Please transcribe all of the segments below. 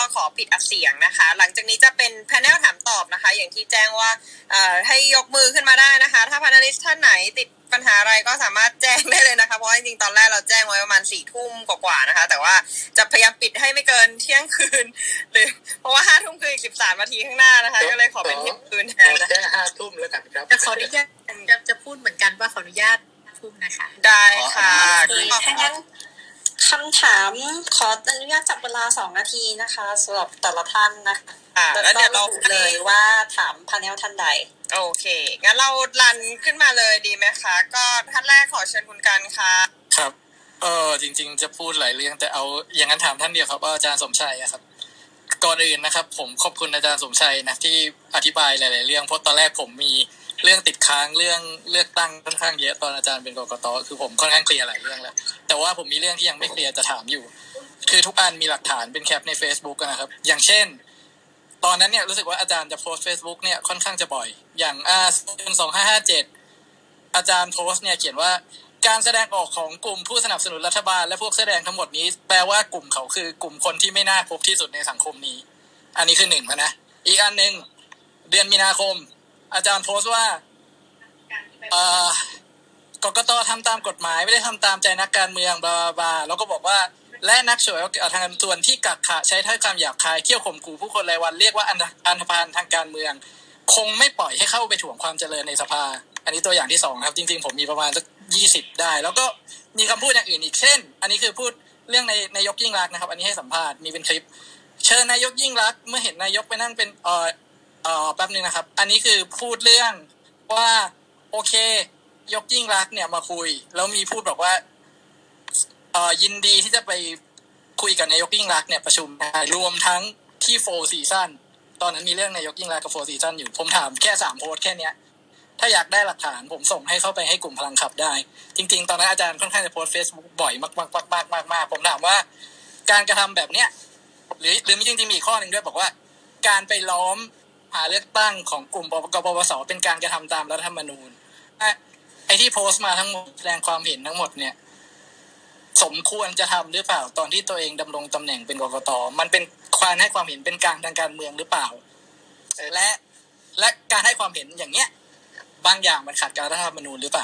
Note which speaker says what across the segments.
Speaker 1: ก็ขอปิดอัดเสียงนะคะหลังจากนี้จะเป็นแพนเนลถามตอบนะคะอย่างที่แจ้งว่าให้ยกมือขึ้นมาได้นะคะถ้า panelist ท่านไหนติดปัญหาอะไรก็สามารถแจ้งได้เลยนะคะเพราะจริงๆตอนแรกเราแจ้งไว้ประมาณ 4 ทุ่มกว่าๆนะคะแต่ว่าจะพยายามปิดให้ไม่เกินเที่ยงคืนหรือเพราะว่า 5 ทุ่มคืออีก13 นาทีข้างหน้านะคะก็เลยขอเป็นเที่ยงคืนแทน
Speaker 2: แค่5 ทุ่มแล้วกันครับ
Speaker 3: ขออนุญาตจะพูดเหมือนกันว่าขออนุญาตทุ่มนะคะ
Speaker 1: ได้ค่ะ
Speaker 4: ถ้างั้นคำถามขออนุญาตจับเวลา2 นาทีนะคะสำหรับแต่ละท่านนะคะ
Speaker 1: แล้วเดี๋ยวเรา
Speaker 4: เลยว่าถามพาเนลท่านใด
Speaker 1: โอเคงั้นเรารันขึ้นมาเลยดีไหมคะก็ท่านแรกขอเชิญคุณกันค่ะ
Speaker 5: ครับจริงๆจะพูดหลายเรื่องแต่เอาอย่างนั้นถามท่านเดียวครับอาจารย์สมชัยครับก่อนอื่นนะครับผมขอบคุณอาจารย์สมชัยนะที่อธิบายหลายๆเรื่องเพราะตอนแรกผมมีเรื่องติดค้างเรื่องเลือกตั้งค่อนข้างเยอะตอนอาจารย์เป็นกกต.คือผมค่อนข้างเคลียร์หลายเรื่องแล้วแต่ว่าผมมีเรื่องที่ยังไม่เคลียร์จะถามอยู่คือทุกอันมีหลักฐานเป็นแคปใน Facebook นะครับอย่างเช่นตอนนั้นเนี่ยรู้สึกว่าอาจารย์จะโพสต์ Facebook เนี่ยค่อนข้างจะบ่อยอย่าง2557อาจารย์โพสต์เนี่ยเขียนว่าการแสดงออกของกลุ่มผู้สนับสนุนรัฐบาลและพวกแสดงทั้งหมดนี้แปลว่ากลุ่มเขาคือกลุ่มคนที่ไม่น่าคบที่สุดในสังคมนี้อันนี้คือ1นะอีกอันนึงเดือนมีนาคมอาจารย์โพสต์ว่ากกต.ทำตามกฎหมายไม่ได้ทำตามใจนักการเมืองบลาบลาแล้วก็บอกว่าและนักฉวยโอกาสทางการส่วนที่กักขะใช้ถ้อยคำหยาบคายเคี่ยวข่มขู่ผู้คนรายวันเรียกว่าอันธพาลทางการเมืองคงไม่ปล่อยให้เข้าไปถ่วงความเจริญในสภาอันนี้ตัวอย่างที่2ครับจริงๆผมมีประมาณสัก20ได้แล้วก็มีคำพูดอย่างอื่นอีกเช่นอันนี้คือพูดเรื่องในนายกยิ่งรักษณ์นะครับอันนี้ให้สัมภาษณ์มีเป็นคลิปเชิญนายกยิ่งรักษณ์เมื่อเห็นนายกไปนั่งเป็นแป๊บนึงนะครับอันนี้คือพูดเรื่องว่าโอเคยกยิ่งรักษณ์เนี่ยมาคุยแล้วมีพูดบอกว่ายินดีที่จะไปคุยกับนายกยิ่งรักษณ์เนี่ยประชุมรวมทั้งที่4 ซีซั่นตอนนั้นมีเรื่องนายกยิ่งรักษณ์กับ4 ซีซั่นอยู่ผมถามแค่3โพสต์แค่เนี้ยถ้าอยากได้หลักฐานผมส่งให้เข้าไปให้กลุ่มพลังขับได้จริงๆตอนนั้นอาจารย์ค่อนข้างจะโพสต์ Facebook บ่อยมากๆผมถามว่าการกระทำแบบเนี้ยหรือมีจริงๆมีข้อนึงด้วยบอกว่าการไปล้อมหาเลือกตั้งของกลุ่มกปปสเป็นการกระทำตามรัฐธรรมนูญไอ้ที่โพสต์มาทั้งหมดแสดงความเห็นทั้งหมดเนี่ยสมควรจะทำหรือเปล่าตอนที่ตัวเองดำรงตำแหน่งเป็นกกต.มันเป็นความให้ความเห็นเป็นกลางทางการเมืองหรือเปล่าและการให้ความเห็นอย่างเนี้ยบางอย่างมันขัดกับรัฐธรรมนูญหรือเปล่า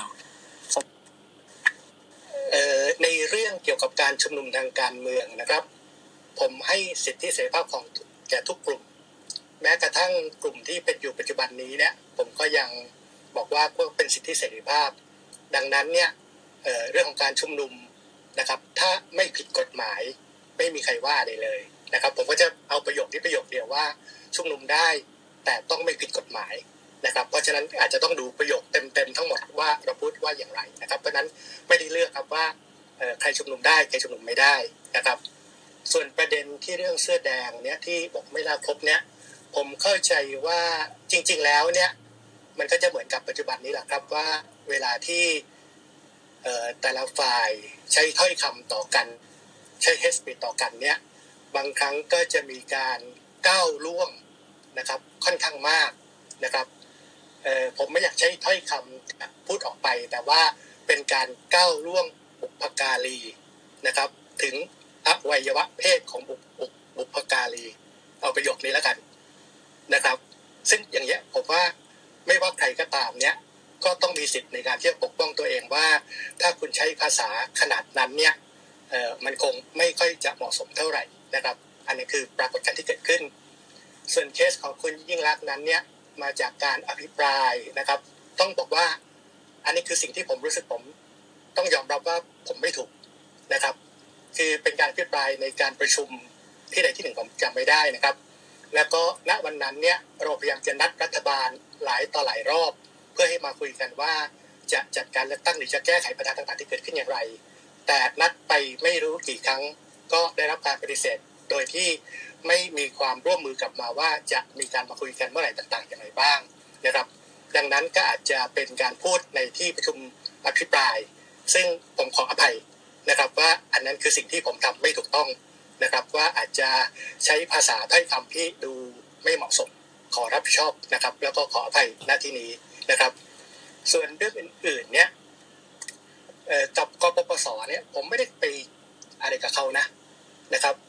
Speaker 2: ในเรื่องเกี่ยวกับการชุมนุมทางการเมืองนะครับผมให้สิทธิเสรีภาพของแก่ทุกกลุ่มแม้กระทั่งกลุ่มที่เป็นอยู่ปัจจุบันนี้เนี่ยผมก็ยังบอกว่าเป็นสิทธิเสรีภาพดังนั้นเนี่ยเรื่องของการชุมนุมนะครับถ้าไม่ผิดกฎหมายไม่มีใครว่าเลยนะครับผมก็จะเอาประโยคนี้ประโยคเดียวว่าชุมนุมได้แต่ต้องไม่ผิดกฎหมายนะครับเพราะฉะนั้นอาจจะต้องดูประโยคเต็มทั้งหมดว่าเราพูดว่าอย่างไรนะครับเพราะนั้นไม่ได้เลือกครับว่าใครชุมนุมได้ใครชุมนุมไม่ได้นะครับส่วนประเด็นที่เรื่องเสื้อแดงเนี่ยที่บอกไม่น่าครบเนี่ยผมเข้าใจว่าจริงๆแล้วเนี่ยมันก็จะเหมือนกับปัจจุบันนี้แหละครับว่าเวลาที่แต่ละฝ่ายใช้ถ้อยคำต่อกันใช้ hate speech ต่อกันเนี่ยบางครั้งก็จะมีการก้าวล่วงนะครับค่อนข้างมากนะครับผมไม่อยากใช้ถ้อยคำพูดออกไปแต่ว่าเป็นการก้าวล่วงบุพการีนะครับถึงอวัยวะเพศของบุพการีเอาประโยคนี้แล้วกันนะครับซึ่งอย่างเงี้ยผมว่าไม่ว่าใครก็ตามเนี้ยก็ต้องมีสิทธิ์ในการที่จะปกป้องตัวเองว่าถ้าคุณใช้ภาษาขนาดนั้นเนี่ยมันคงไม่ค่อยจะเหมาะสมเท่าไหร่นะครับอันนี้คือปรากฏการณ์ที่เกิดขึ้นส่วนเคสของคุณยิ่งรักษณ์นั้นเนี่ยมาจากการอภิปรายนะครับต้องบอกว่าอันนี้คือสิ่งที่ผมรู้สึกผมต้องยอมรับว่าผมไม่ถูกนะครับคือเป็นการอภิปรายในการประชุมที่ใดที่หนึ่งผมจำไม่ได้นะครับแล้วก็ณวันนั้นเนี่ยเราพยายามจะนัดรัฐบาลหลายต่อหลายรอบเพื่อให้มาคุยกันว่าจะจัดการเลือกตั้งหรือจะแก้ไขปัญหาต่างๆที่เกิดขึ้นอย่างไรแต่นัดไปไม่รู้กี่ครั้งก็ได้รับการปฏิเสธโดยที่ไม่มีความร่วมมือกลับมาว่าจะมีการมาคุยกันเมื่อไหร่ต่างๆอย่างไรบ้างนะครับดังนั้นก็อาจจะเป็นการพูดในที่ประชุมอภิปรายซึ่งผมขออภัยนะครับว่าอันนั้นคือสิ่งที่ผมทำไม่ถูกต้องนะครับว่าอาจจะใช้ภาษาถ้อยคำที่ดูไม่เหมาะสมขอรับผิดชอบนะครับแล้วก็ขออภัยณที่นี้นะครับส่วนเรื่องอื่นๆเนี่ยกับกปปสเนี่ยผมไม่ได้ไปอะไรกับเขานะครับ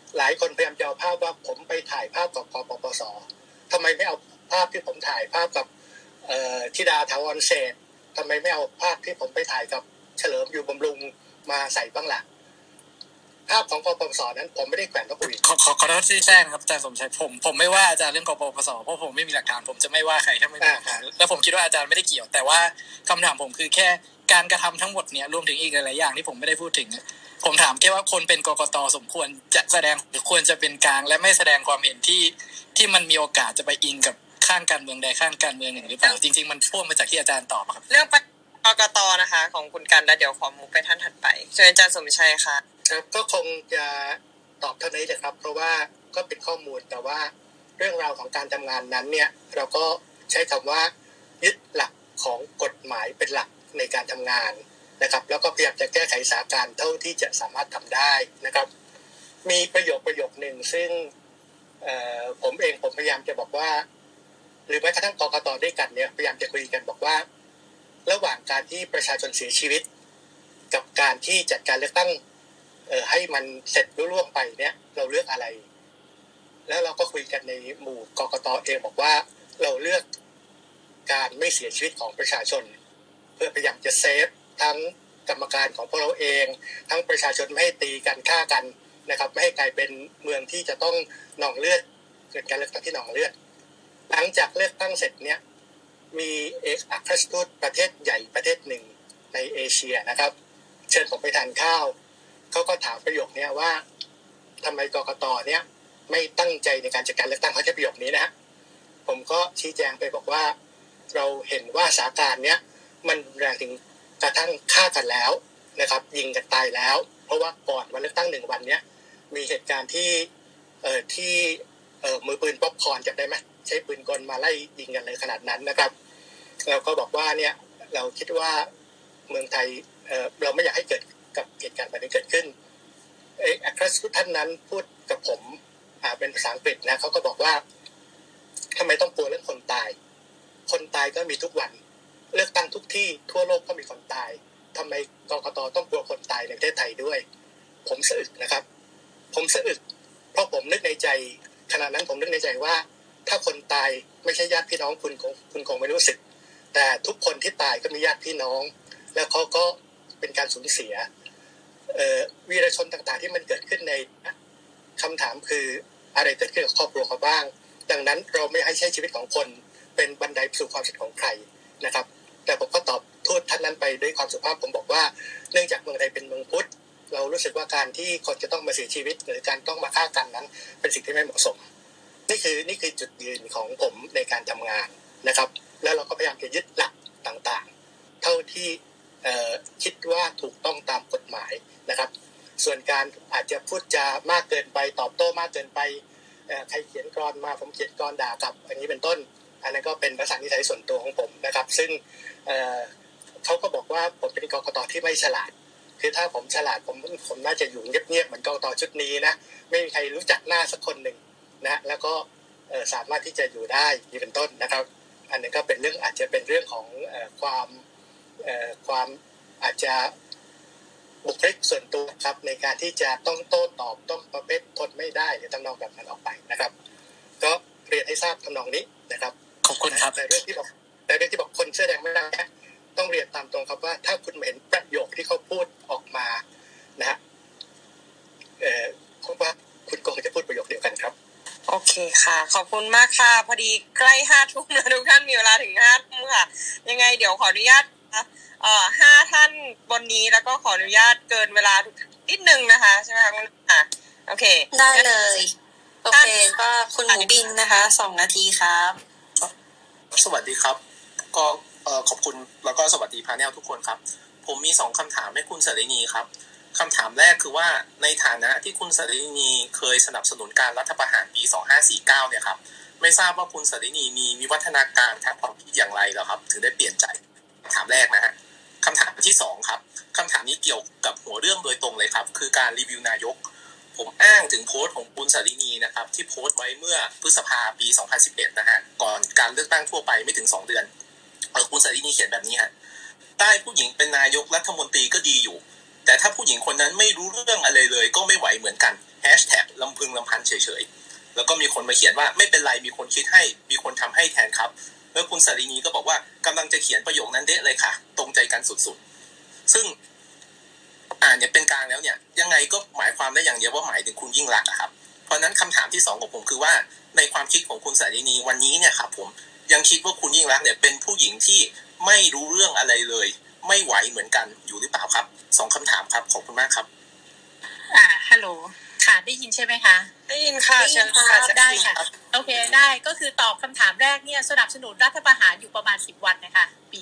Speaker 2: หลายคนพยายามจะเอาภาพว่าผมไปถ่ายภาพกับกปปส.ทำไมไม่เอาภาพที่ผมถ่ายภาพกับธิดาถาวรเศรษฐ์ทำไมไม่เอาภาพที่ผมไปถ่ายกับเฉลิมอยู่บำรุงมาใส่บ้างล่ะภาพของกปปส.นั้นผมไม่ได้แขวนนกหวีด
Speaker 5: ขอโทษที่แจ้งครับอาจารย์สมชัยผมไม่ว่าอาจารย์เรื่องกปปส.เพราะผมไม่มีหลักฐานผมจะไม่ว่าใครถ้าไม่มีหลักฐานแล้วผมคิดว่าอาจารย์ไม่ได้เกี่ยวแต่ว่าคำถามผมคือแค่การกระทำทั้งหมดเนี้ยรวมถึงอีกหลายๆอย่างที่ผมไม่ได้พูดถึงผมถามแค่ว่าคนเป็นกกต.สมควรจะแสดงหรือควรจะเป็นกลางและไม่แสดงความเห็นที่มันมีโอกาสจะไปอิงกับข้างการเมืองใดข้างการเมืองหนึ่งหรือเปล่าจริงๆมันพ่วงมาจากที่อาจารย์ตอบครับ
Speaker 1: เรื่องกกต.นะคะของคุณกันแล้วเดี๋ยวขอมุกไปท่านถัดไปเชิญอาจารย์สมชัยค่ะ
Speaker 2: ครับก็คงจะตอบเท่านี้แหละครับเพราะว่าก็เป็นข้อมูลแต่ว่าเรื่องราวของการทำงานนั้นเนี่ยเราก็ใช้คำว่ายึดหลักของกฎหมายเป็นหลักในการทำงานนะครับแล้วก็พยายามจะแก้ไขสถานการณ์เท่าที่จะสามารถทำได้นะครับมีประโยคหนึ่งซึ่งผมพยายามจะบอกว่าหรือแม้กระทั่งกกต.ด้วยกันเนี่ยพยายามจะคุยกันบอกว่าระหว่างการที่ประชาชนเสียชีวิตกับการที่จัดการเลือกตั้งให้มันเสร็จรุ่ล่วงไปเนี่ยเราเลือกอะไรแล้วเราก็คุยกันในหมู่กกต.เองบอกว่าเราเลือกการไม่เสียชีวิตของประชาชนเพื่อพยายามจะเซฟทั้งกรรมการของพวกเราเองทั้งประชาชนไม่ให้ตีกันฆ่ากันนะครับไม่ให้กลายเป็นเมืองที่จะต้องหนองเลือดเกิดการเลือกตั้งที่หนองเลือดหลังจากเลือกตั้งเสร็จเนี่ยมีเอกอัครราชทูตประเทศใหญ่ประเทศหนึ่งในเอเชียนะครับเชิญผมไปทานข้าวเขาก็ถามประโยคนี้ว่าทำไมกกต.เนี่ยไม่ตั้งใจในการจัดการเลือกตั้งเขาใช้ประโยคนี้นะผมก็ชี้แจงไปบอกว่าเราเห็นว่าสถานการณ์เนี้ยมันแรงถึงกระทั่งฆ่ากันแล้วนะครับยิงกันตายแล้วเพราะว่าก่อนวันเลือกตั้ง1วันเนี้ยมีเหตุการณ์ที่มือปืนป๊อปคอร์นจำได้ไหมใช้ปืนกลมาไล่ยิงกันเลยขนาดนั้นนะครับเราก็บอกว่าเนี่ยเราคิดว่าเมืองไทยเราไม่อยากให้เกิดกับเหตุการณ์แบบนี้เกิดขึ้นอัครราชทูตท่านนั้นพูดกับผมเป็นภาษาอังกฤษนะเขาก็บอกว่าทำไมต้องกลัวเรื่องคนตายก็มีทุกวันเลือกตั้งทุกที่ทั่วโลกก็มีคนตายทำไมกกต.ต้องกลัวคนตายในประเทศไทยด้วยผมสะอึกนะครับผมสะอึกเพราะผมนึกในใจขณะนั้นผมนึกในใจว่าถ้าคนตายไม่ใช่ญาติพี่น้องคุณคงไม่รู้สึกแต่ทุกคนที่ตายก็มีญาติพี่น้องแล้วเขาก็เป็นการสูญเสียวีรชนต่างๆที่มันเกิดขึ้นในคำถามคืออะไรเกิดขึ้นกับครอบครัวเขาบ้างดังนั้นเราไม่ให้ใช้ชีวิตของคนเป็นบันไดสู่ความสุขของใครนะครับแต่ผมก็ตอบทูตท่านนั้นไปด้วยความสุภาพผมบอกว่าเนื่องจากเมืองไทยเป็นเมืองพุทธเรารู้สึกว่าการที่คนจะต้องมาเสียชีวิตหรือการต้องมาฆ่ากันนั้นเป็นสิ่งที่ไม่เหมาะสมนี่คือจุดยืนของผมในการทำงานนะครับแล้วเราก็พยายามจะยึดหลักต่างๆเท่าที่คิดว่าถูกต้องตามกฎหมายนะครับส่วนการอาจจะพูดจามากเกินไปตอบโต้มากเกินไปใครเขียนกลอนมาผมเขียนกลอนด่ากลับอันนี้เป็นต้นอันนั้นก็เป็นภาษานิสัยส่วนตัวของผมนะครับซึ่งเขาก็บอกว่าผมเป็นกกต.ที่ไม่ฉลาดคือถ้าผมฉลาดผมน่าจะอยู่เงียบๆเหมือนกกต.ชุดนี้นะไม่มีใครรู้จักหน้าสักคนหนึ่งนะแล้วก็สามารถที่จะอยู่ได้นี่เป็นต้นนะครับอันนี้ก็เป็นเรื่องอาจจะเป็นเรื่องของความอาจจะบุคลิกส่วนตัวครับในการที่จะต้องโต้ตอบต้องประเภททนไม่ได้หรือทำนองแบบนั้นออกไปนะครับก็เรียนให้ทราบทำนองนี้นะครับ
Speaker 5: ขอบคุณครับ
Speaker 2: แต่เรื่องที่บอกคนเสื้อแดงไม่ได้ต้องเรียนตามตรงครับว่าถ้าคุณเห็นประโยคที่เขาพูดออกมานะฮะผมว่าคุณคงจะพูดประโยคเดียวกันครับ
Speaker 1: โอเคค่ะขอบคุณมากค่ะพอดีใกล้5 ทุ่มแล้วทุกท่านมีเวลาถึง5 ทุ่มค่ะยังไงเดี๋ยวขออนุญาต5 ท่านบนนี้แล้วก็ขออนุญาตเกินเวลานิดนึงนะคะใช่ไหมคะคุณโอเค
Speaker 4: ได้เลยโอเคก็คุณหมูบินนะคะ2 นาทีครับ
Speaker 6: สวัสดีครับก็ขอบคุณแล้วก็สวัสดีพาเนลทุกคนครับผมมี2คำถามให้คุณสรินีครับคำถามแรกคือว่าในฐานะที่คุณสรินีเคยสนับสนุนการรัฐประหารปี2549เนี่ยครับไม่ทราบว่าคุณสรินีมีวิวัฒนาการทางความคิดอย่างไรเหรอครับถึงได้เปลี่ยนใจคำถามแรกนะฮะคำถามที่2ครับคำถามนี้เกี่ยวกับหัวเรื่องโดยตรงเลยครับคือการรีวิวนายกผมอ้างถึงโพสต์ของคุณสรินีนะครับที่โพสต์ไว้เมื่อพฤษภาปี2011นะฮะก่อนการเลือกตั้งทั่วไปไม่ถึง2 เดือนคุณสรินีเขียนแบบนี้ฮะได้ผู้หญิงเป็นนายกรัฐมนตรีก็ดีอยู่แต่ถ้าผู้หญิงคนนั้นไม่รู้เรื่องอะไรเลยก็ไม่ไหวเหมือนกันแฮชแท็กลำพึงลำพันเฉยๆแล้วก็มีคนมาเขียนว่าไม่เป็นไรมีคนคิดให้มีคนทำให้แทนครับแล้วคุณสรินีก็บอกว่ากำลังจะเขียนประโยคนั้นเด้เลยค่ะตรงใจกันสุดๆซึ่งอ่านเนี่ยเป็นกลางแล้วเนี่ยยังไงก็หมายความได้อย่างเดียวว่าหมายถึงคุณยิ่งรักษณ์ครับเพราะนั้นคำถามที่2ของผมคือว่าในความคิดของคุณสรินีวันนี้เนี่ยครับผมยังคิดว่าคุณยิ่งรักษณ์เนี่ยเป็นผู้หญิงที่ไม่รู้เรื่องอะไรเลยไม่ไหวเหมือนกันอยู่หรือเปล่าครับ2คำถามครับขอบคุณมากครับ
Speaker 3: ฮัลโหลค่ะได้ยินใช่ไหมคะ
Speaker 1: ได้ยินค่ะเชิญค่ะ
Speaker 3: ได้ค่ะโอเคได้ก็คือตอบคำถามแรกเนี่ยสนับสนุนรัฐประหารอยู่ประมาณ10 วันนะคะปี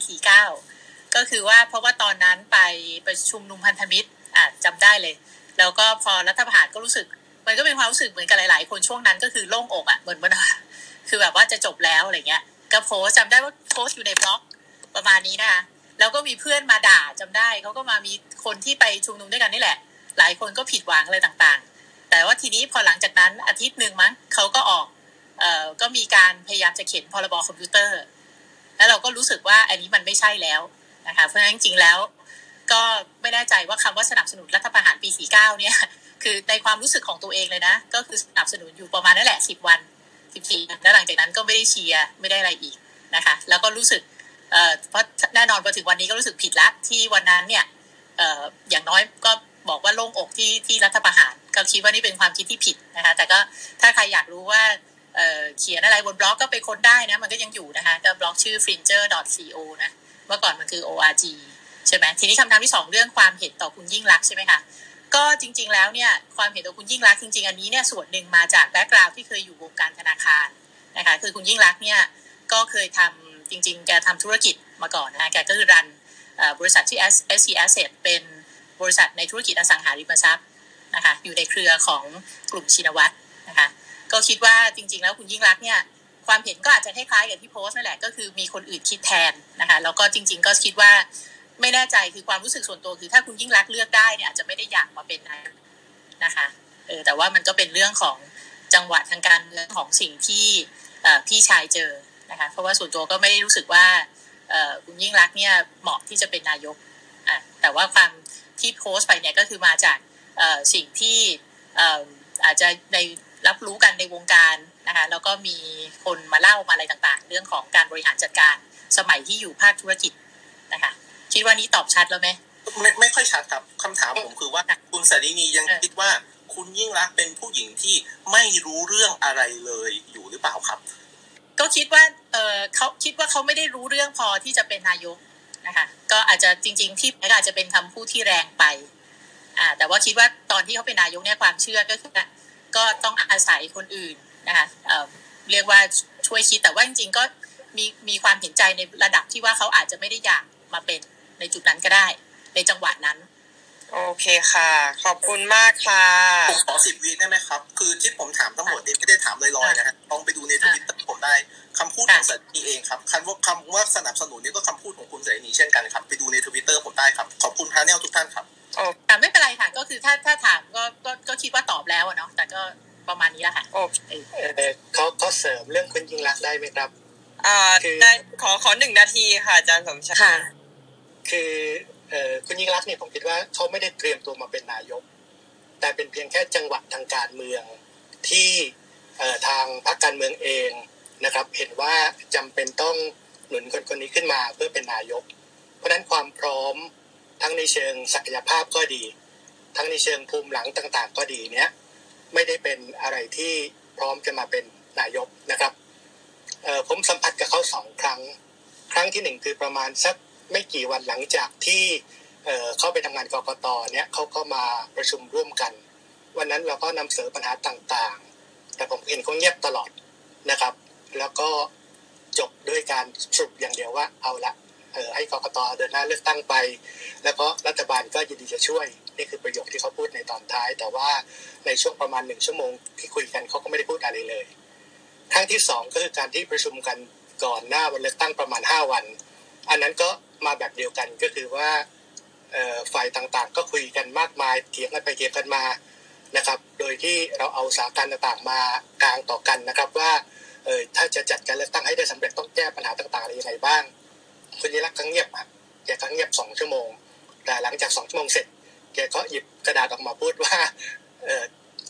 Speaker 3: 49ก็คือว่าเพราะว่าตอนนั้นไปประชุมนุมพันธมิตรจำได้เลยแล้วก็พอรัฐประหารก็รู้สึกมันก็เป็นความรู้สึกเหมือนกันหลายๆคนช่วงนั้นก็คือโล่งอกเหมือนคือแบบว่าจะจบแล้วอะไรเงี้ยก็โพสจำได้ว่าโพสอยู่ในบล็อกประมาณนี้นะคะแล้วก็มีเพื่อนมาด่าจำได้เขาก็มามีคนที่ไปชุมนุมด้วยกันนี่แหละหลายคนก็ผิดหวังอะไรต่างๆแต่ว่าทีนี้พอหลังจากนั้นอาทิตย์นึงมั้งเขาก็ออกก็มีการพยายามจะเขียนพรบคอมพิวเตอร์แล้วเราก็รู้สึกว่าอันนี้มันไม่ใช่แล้วนะคะเพราะฉะนั้นจริงๆแล้วก็ไม่แน่ใจว่าคำว่าสนับสนุนรัฐประหารปี49เนี่ยคือในความรู้สึกของตัวเองเลยนะก็คือสนับสนุนอยู่ประมาณนั่นแหละ10 วัน14แล้วหลังจากนั้นก็ไม่ได้เชียร์ไม่ได้อะไรอีกนะคะแล้วก็รู้สึกเพราะแน่นอนพอถึงวันนี้ก็รู้สึกผิดละที่วันนั้นเนี่ยอย่างน้อยก็บอกว่าโล่งอกที่รัฐประหารก็คิดว่านี่เป็นความคิดที่ผิดนะคะแต่ก็ถ้าใครอยากรู้ว่าเขียนอะไรบนบล็อกก็ไปค้นได้นะมันก็ยังอยู่นะคะก็บล็อกชื่อ fringer.co นะเมื่อก่อนมันคือ org ใช่ไหมทีนี้คำถามที่2เรื่องความเห็นต่อคุณยิ่งรักษณ์ใช่ไหมคะก็จริงๆแล้วเนี่ยความเห็นต่อคุณยิ่งรักษณ์จริงๆอันนี้เนี่ยส่วนหนึ่งมาจากแบ็คกราวด์ที่เคยอยู่วงการธนาคารนะคะคือคุณยิ่งรักษณ์เนี่ยก็เคยทำจริงๆแกทำธุรกิจมาก่อนนะแกก็คือรันบริษัทที่ SC Asset เป็นบริษัทในธุรกิจอสังหาริมทรัพย์นะคะอยู่ในเครือของกลุ่มชินวัตรนะคะก็คิดว่าจริงๆแล้วคุณยิ่งรักษณ์เนี่ยความเห็นก็อาจจะคล้ายๆกับที่โพสต์นั่นแหละก็คือมีคนอื่นคิดแทนนะคะแล้วก็จริงๆก็คิดว่าไม่แน่ใจคือความรู้สึกส่วนตัวคือถ้าคุณยิ่งรักษณ์เลือกได้เนี่ยอาจจะไม่ได้อยากมาเป็นนายกนะคะแต่ว่ามันก็เป็นเรื่องของจังหวะทางการเมืองของสิ่งที่พี่ชายเจอนะคะเพราะว่าส่วนตัวก็ไม่ได้รู้สึกว่าคุณยิ่งรักษณ์เนี่ยเหมาะที่จะเป็นนายกแต่ว่าความที่โพสต์ไปเนี่ยก็คือมาจากสิ่งที่อาจจะในรับรู้กันในวงการนะคะแล้วก็มีคนมาเล่ามาอะไรต่างๆเรื่องของการบริหารจัดการสมัยที่อยู่ภาคธุรกิจนะคะคิดว่านี้ตอบชัดแล้วไหม
Speaker 6: ไม่ค่อยชัดครับคำถามผมคือว่าคุณสรินียังคิดว่าคุณยิ่งรักษณ์เป็นผู้หญิงที่ไม่รู้เรื่องอะไรเลยอยู่หรือเปล่าครับ
Speaker 3: ก็คิดว่าเขาคิดว่าเขาไม่ได้รู้เรื่องพอที่จะเป็นนายกนะคะก็อาจจะจริงๆที่อาจจะเป็นคำพูดที่แรงไปแต่ว่าคิดว่าตอนที่เขาเป็นนายกเนี่ยความเชื่อก็คือก็ต้องอาศัยคนอื่นนะคะเรียกว่าช่วยคิดแต่ว่าจริงๆก็มีความเห็นใจในระดับที่ว่าเขาอาจจะไม่ได้อยากมาเป็นในจุดนั้นก็ได้ในจังหวะนั้น
Speaker 1: โอเคค่ะขอบคุณมากค่ะ
Speaker 6: ผมขอ10 วิได้ไหมครับคือที่ผมถามทั้งหมดนี้ไม่ได้ถามลอยๆนะฮะลองไปดูในทวิตเตอร์ผมได้คำพูดของสรินีเองครับคำว่าสนับสนุนนี่ก็คำพูดของคุณสรินีเช่นกันครับไปดูในทวิตเตอร์ผมได้ครับขอบคุณพาเนลทุกท่านครับ
Speaker 3: ไม่เป็นไรค่ะก็คือถ้าถามก็คิดว่าตอบแล้วเนาะแต่ก็ประมาณนี้ละค่ะ
Speaker 2: เขาเสริมเรื่องคุณยิ่งรักษณ์ได้ไหมครับ
Speaker 1: ได้ขอ1 นาทีค่ะอาจารย์สมชาย
Speaker 2: คือคุณยิ่งรักษณ์เนี่ยผมคิดว่าเขาไม่ได้เตรียมตัวมาเป็นนายกแต่เป็นเพียงแค่จังหวะทางการเมืองที่ทางพรรคการเมืองเองนะครับเห็นว่าจำเป็นต้องหนุนคนนี้ขึ้นมาเพื่อเป็นนายกเพราะฉะนั้นความพร้อมทั้งในเชิงศักยภาพก็ดีทั้งในเชิงภูมิหลังต่างๆก็ดีเนี้ยไม่ได้เป็นอะไรที่พร้อมจะมาเป็นนายกนะครับผมสัมผัสกับเขา2 ครั้งครั้งที่1คือประมาณสักไม่กี่วันหลังจากที่เขาไปทำงานกกต.เนี่ยเขาก็มาประชุมร่วมกันวันนั้นเราก็นำเสนอปัญหาต่างๆแต่ผมเห็นเขาเงียบตลอดนะครับแล้วก็จบด้วยการสรุปอย่างเดียวว่าเอาละให้กกต.เดินหน้าเลือกตั้งไปแล้วก็รัฐบาลก็ยินดีจะช่วยนี่คือประโยคที่เขาพูดในตอนท้ายแต่ว่าในช่วงประมาณ1 ชั่วโมงที่คุยกันเขาก็ไม่ได้พูดอะไรเลยครั้งที่2ก็คือการที่ประชุมกันก่อนหน้าวันเลือกตั้งประมาณ5 วันอันนั้นก็มาแบบเดียวกันก็คือว่าฝ่ายต่างๆก็คุยกันมากมายเถียงกันไปเถียงกันมานะครับโดยที่เราเอาสถานการณ์ต่างๆมากลางต่อกันนะครับว่าถ้าจะจัดการเลือกตั้งให้ได้สำเร็จต้องแก้ปัญหาต่างๆอะไรยังไงบ้างคุณยิ่งรักษณ์ทั้งเงียบแกทั้งเงียบ2 ชั่วโมงแต่หลังจาก2 ชั่วโมงเสร็จแกก็หยิบกระดาษออกมาพูดว่า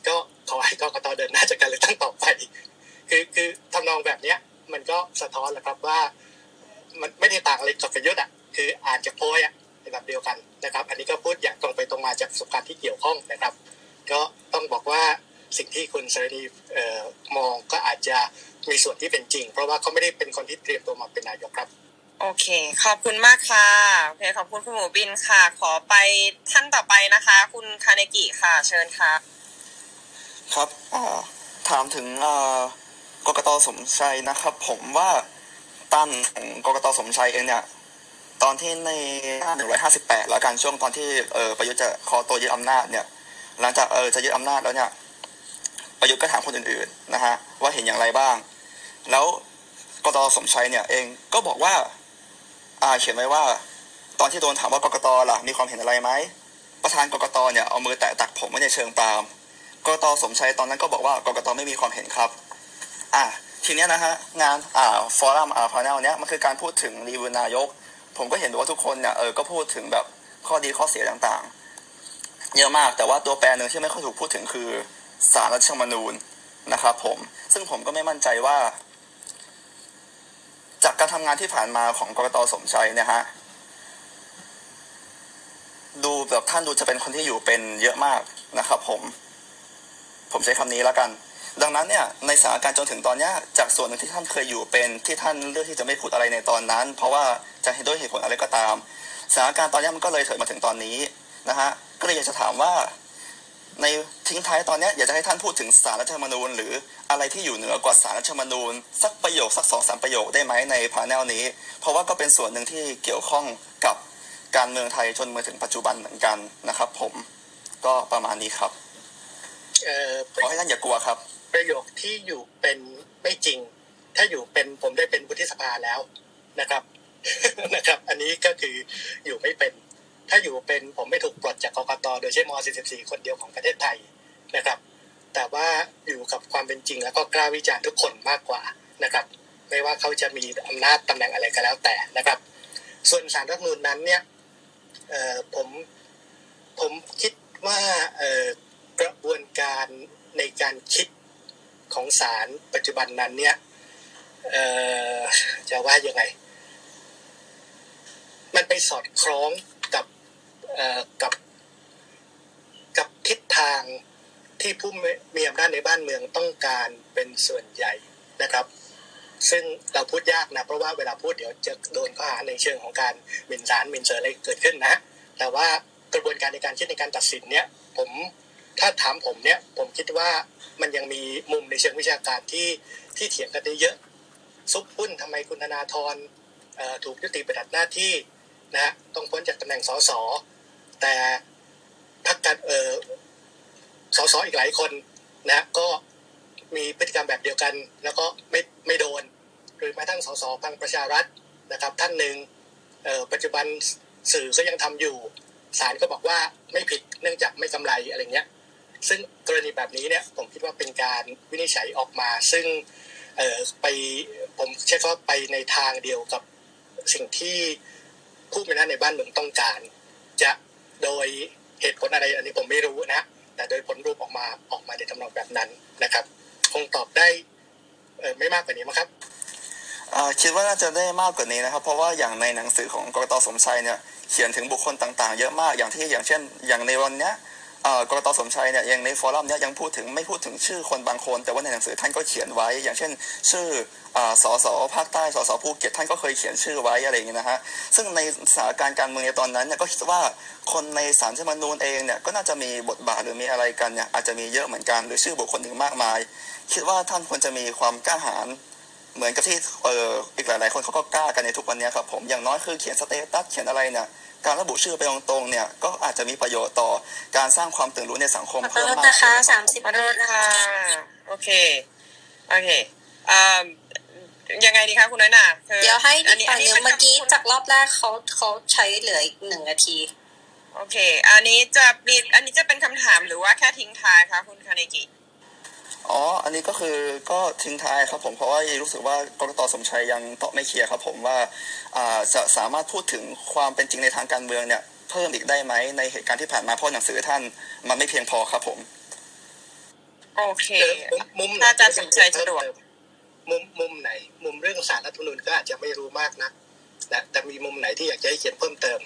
Speaker 2: ก็ขอให้กกต.เดินหน้าจัดการเลือกตั้งต่อไปคือทำนองแบบเนี้ยมันก็สะท้อนแหละครับว่ามันไม่ได้ต่างอะไรกับประยุทธ์อ่ะคืออ่านจากโพยอ่ะในแบบเดียวกันนะครับอันนี้ก็พูดอย่างตรงไปตรงมาจากประสบการณ์ที่เกี่ยวข้องนะครับก็ต้องบอกว่าสิ่งที่คุณเสรีมองก็อาจจะมีส่วนที่เป็นจริงเพราะว่าเขาไม่ได้เป็นคนที่เตรียมตัวมาเป็นนายกครับ
Speaker 1: โอเคขอบคุณมากค่ะโอเคขอบคุณคุณหมูบินค่ะขอไปท่านต่อไปนะคะคุณคาเนกิค่ะเชิญค่ะ
Speaker 7: ครับถามถึงกกต.สมชัยนะครับผมว่าตั้นของกกต.สมชัยเองเนี่ยตอนที่ใน158แล้วกันช่วงตอนที่ประยุทธ์จะขอตัวยึดอำนาจเนี่ยหลังจากจะยึดอำนาจแล้วเนี่ยประยุทธ์ก็ถามคนอื่นๆนะฮะว่าเห็นอย่างไรบ้างแล้วกกต.สมชัยเนี่ยเองก็บอกว่าเขียนไว้ว่าตอนที่โดนถามว่ากกต.ล่ะมีความเห็นอะไรไหมประธานกกต.เนี่ยเอามือแตะตักผมไว้ในเชิงปรามกกต.สมชัยตอนนั้นก็บอกว่ากกต.ไม่มีความเห็นครับทีเนี้ยนะฮะงานฟอรัมพาเนลเนี้ยมันคือการพูดถึงรีวิวนายกผมก็เห็นว่าทุกคนเนี่ยก็พูดถึงแบบข้อดีข้อเสียต่างๆเยอะมากแต่ว่าตัวแปรหนึ่งที่ไม่ค่อยถูกพูดถึงคือศาลรัฐธรรมนูญนะครับผมซึ่งผมก็ไม่มั่นใจว่าจากการทำงานที่ผ่านมาของกกต.สมชัยเนี่ยฮะดูแบบท่านดูจะเป็นคนที่อยู่เป็นเยอะมากนะครับผมใช้คำนี้แล้วกันดังนั้นเนี่ยในสถานการณ์จนถึงตอนนี้จากส่วนหนึ่งที่ท่านเคยอยู่เป็นที่ท่านเลือกที่จะไม่พูดอะไรในตอนนั้นเพราะว่าจะเห็นด้วยเหตุผลอะไรก็ตามสถานการณ์ตอนนี้มันก็เลยเถิดมาถึงตอนนี้นะฮะก็เลยอยากจะถามว่าในทิ้งท้ายตอนนี้อยากจะให้ท่านพูดถึงศาลรัฐธรรมนูญหรืออะไรที่อยู่เหนือกว่าศาลรัฐธรรมนูญสักประโยคสัก 2-3 ประโยคได้ไหมในพาเนลนี้เพราะว่าก็เป็นส่วนหนึ่งที่เกี่ยวข้องกับการเมืองไทยจนมาถึงปัจจุบันเหมือนกันนะครับผมก็ประมาณนี้ครับขอให้ท่านอย่ากลัวครับ
Speaker 2: ประโยคที่อยู่เป็นไม่จริงถ้าอยู่เป็นผมได้เป็นวุฒิสภาแล้วนะครับ นะครับอันนี้ก็คืออยู่ไม่เป็นถ้าอยู่เป็นผมไม่ถูกปลดจากกกต.โดยใช้ม.44คนเดียวของประเทศไทยนะครับแต่ว่าอยู่กับความเป็นจริงแล้วก็กล้าวิจารณ์ทุกคนมากกว่านะครับไม่ว่าเขาจะมีอำนาจตำแหน่งอะไรก็แล้วแต่นะครับส่วนศาลรัฐธรรมนูญนั้นเนี่ยผมคิดว่ากระบวนการในการคิดของศาลปัจจุบันนั้นเนี่ยจะว่ายังไงมันไปสอดคล้องกับทิศทางที่ผู้มีอำนาจในบ้านเมืองต้องการเป็นส่วนใหญ่นะครับซึ่งเราพูดยากนะเพราะว่าเวลาพูดเดี๋ยวจะโดนข้อหาในเชิงของการหมิ่นศาลหมิ่นเสออะไรเกิดขึ้นนะแต่ว่ากระบวนการในการคิดในการตัดสินเนี่ยถ้าถามผมเนี่ยผมคิดว่ามันยังมีมุมในเชิงวิชาการที่เถียงกันได้เยอะซุกหุ้นทำไมคุณธนาธรถูกยุติปฏิบัติหน้าที่นะต้องพ้นจากตำแหน่งสสแต่พรรคการสสอีกหลายคนนะก็มีพฤติกรรมแบบเดียวกันแล้วก็ไม่โดนหรือแม้ทั้งสสพลังประชารัฐนะครับท่านหนึ่งปัจจุบันสื่อก็ยังทำอยู่ศาลก็บอกว่าไม่ผิดเนื่องจากไม่กำไรอะไรเงี้ยซึ่งกรณีแบบนี้เนี่ยผมคิดว่าเป็นการวินิจฉัยออกมาซึ่งผมใช้คำว่าไปในทางเดียวกับสิ่งที่ผู้มีอำนาจในบ้านเมืองต้องการจะโดยเหตุผลอะไรอันนี้ผมไม่รู้นะแต่โดยผลรวมออกมาในทำนองแบบนั้นนะครับคงตอบได้ไม่มากกว่านี้มั้งครับ
Speaker 7: คิดว่าน่าจะได้มากกว่านี้นะครับเพราะว่าอย่างในหนังสือของกกต.สมชัยเนี่ยเขียนถึงบุคคลต่างๆเยอะมากอย่างเช่นอย่างในวันนี้กกต.สมชัยเนี่ยยังในฟอรัมเนี่ยยังไม่พูดถึงชื่อคนบางคนแต่ว่าในหนังสือท่านก็เขียนไว้อย่างเช่นชื่อสสภาคใต้สสภูเก็ตท่านก็เคยเขียนชื่อไว้อะไรอย่างเงี้ยนะฮะซึ่งในสถานการณ์การเมืองในตอนนั้นเนี่ยก็คิดว่าคนในศาลรัฐธรรมนูญเองเนี่ยก็น่าจะมีบทบาทหรือมีอะไรกันเนี่ยอาจจะมีเยอะเหมือนกันหรือชื่อบุคคลถึงมากมายคิดว่าท่านควรจะมีความกล้าหาญเหมือนกับที่อีกหลายๆคนเขาก็กล้ากันในทุกวันนี้ครับผมอย่างน้อยคือเขียนสเตตัสเขียนอะไรเนี่ยการระบุชื่อไปตรงๆเนี่ยก็อาจจะมีประโยชน์ต่อการสร้างความตื่นรู้ในสังคมเพิ่มมาก
Speaker 4: นะคะ30
Speaker 1: ขอโทษค่ะโอเคยังไงดีคะคุณน้อยหน่า
Speaker 4: เดี๋ยวให้อีกฝั่งนึงเมื่อกี้จากรอบแรกเขาใช้เหลืออีก1 นาที
Speaker 1: โอเคอันนี้จะเป็นคำถามหรือว่าแค่ทิ้งท้ายคะคุณคาเนกิ
Speaker 7: อันนี้ก็คือก็ทิ้งท้ายครับผมเพราะว่ารู้สึกว่ากกต.สมชัยยังตอบไม่เคลียร์ครับผมว่าจะสามารถพูดถึงความเป็นจริงในทางการเมืองเนี่ยเพิ่มอีกได้ไหมในเหตุการณ์ที่ผ่านมาเพราะหนังสือท่านมันไม่เพียงพอครับผม
Speaker 1: โอเค
Speaker 2: มุม
Speaker 1: ถ้าอาจารย์สมชัยสะดวก
Speaker 2: มุมไหนมุมเรื่องศาลรัฐธรรมนูญก็อาจจะไม่รู้มากนะแต่มีมุมไหนที่อยากจะให้เขียนเพิ่มเติม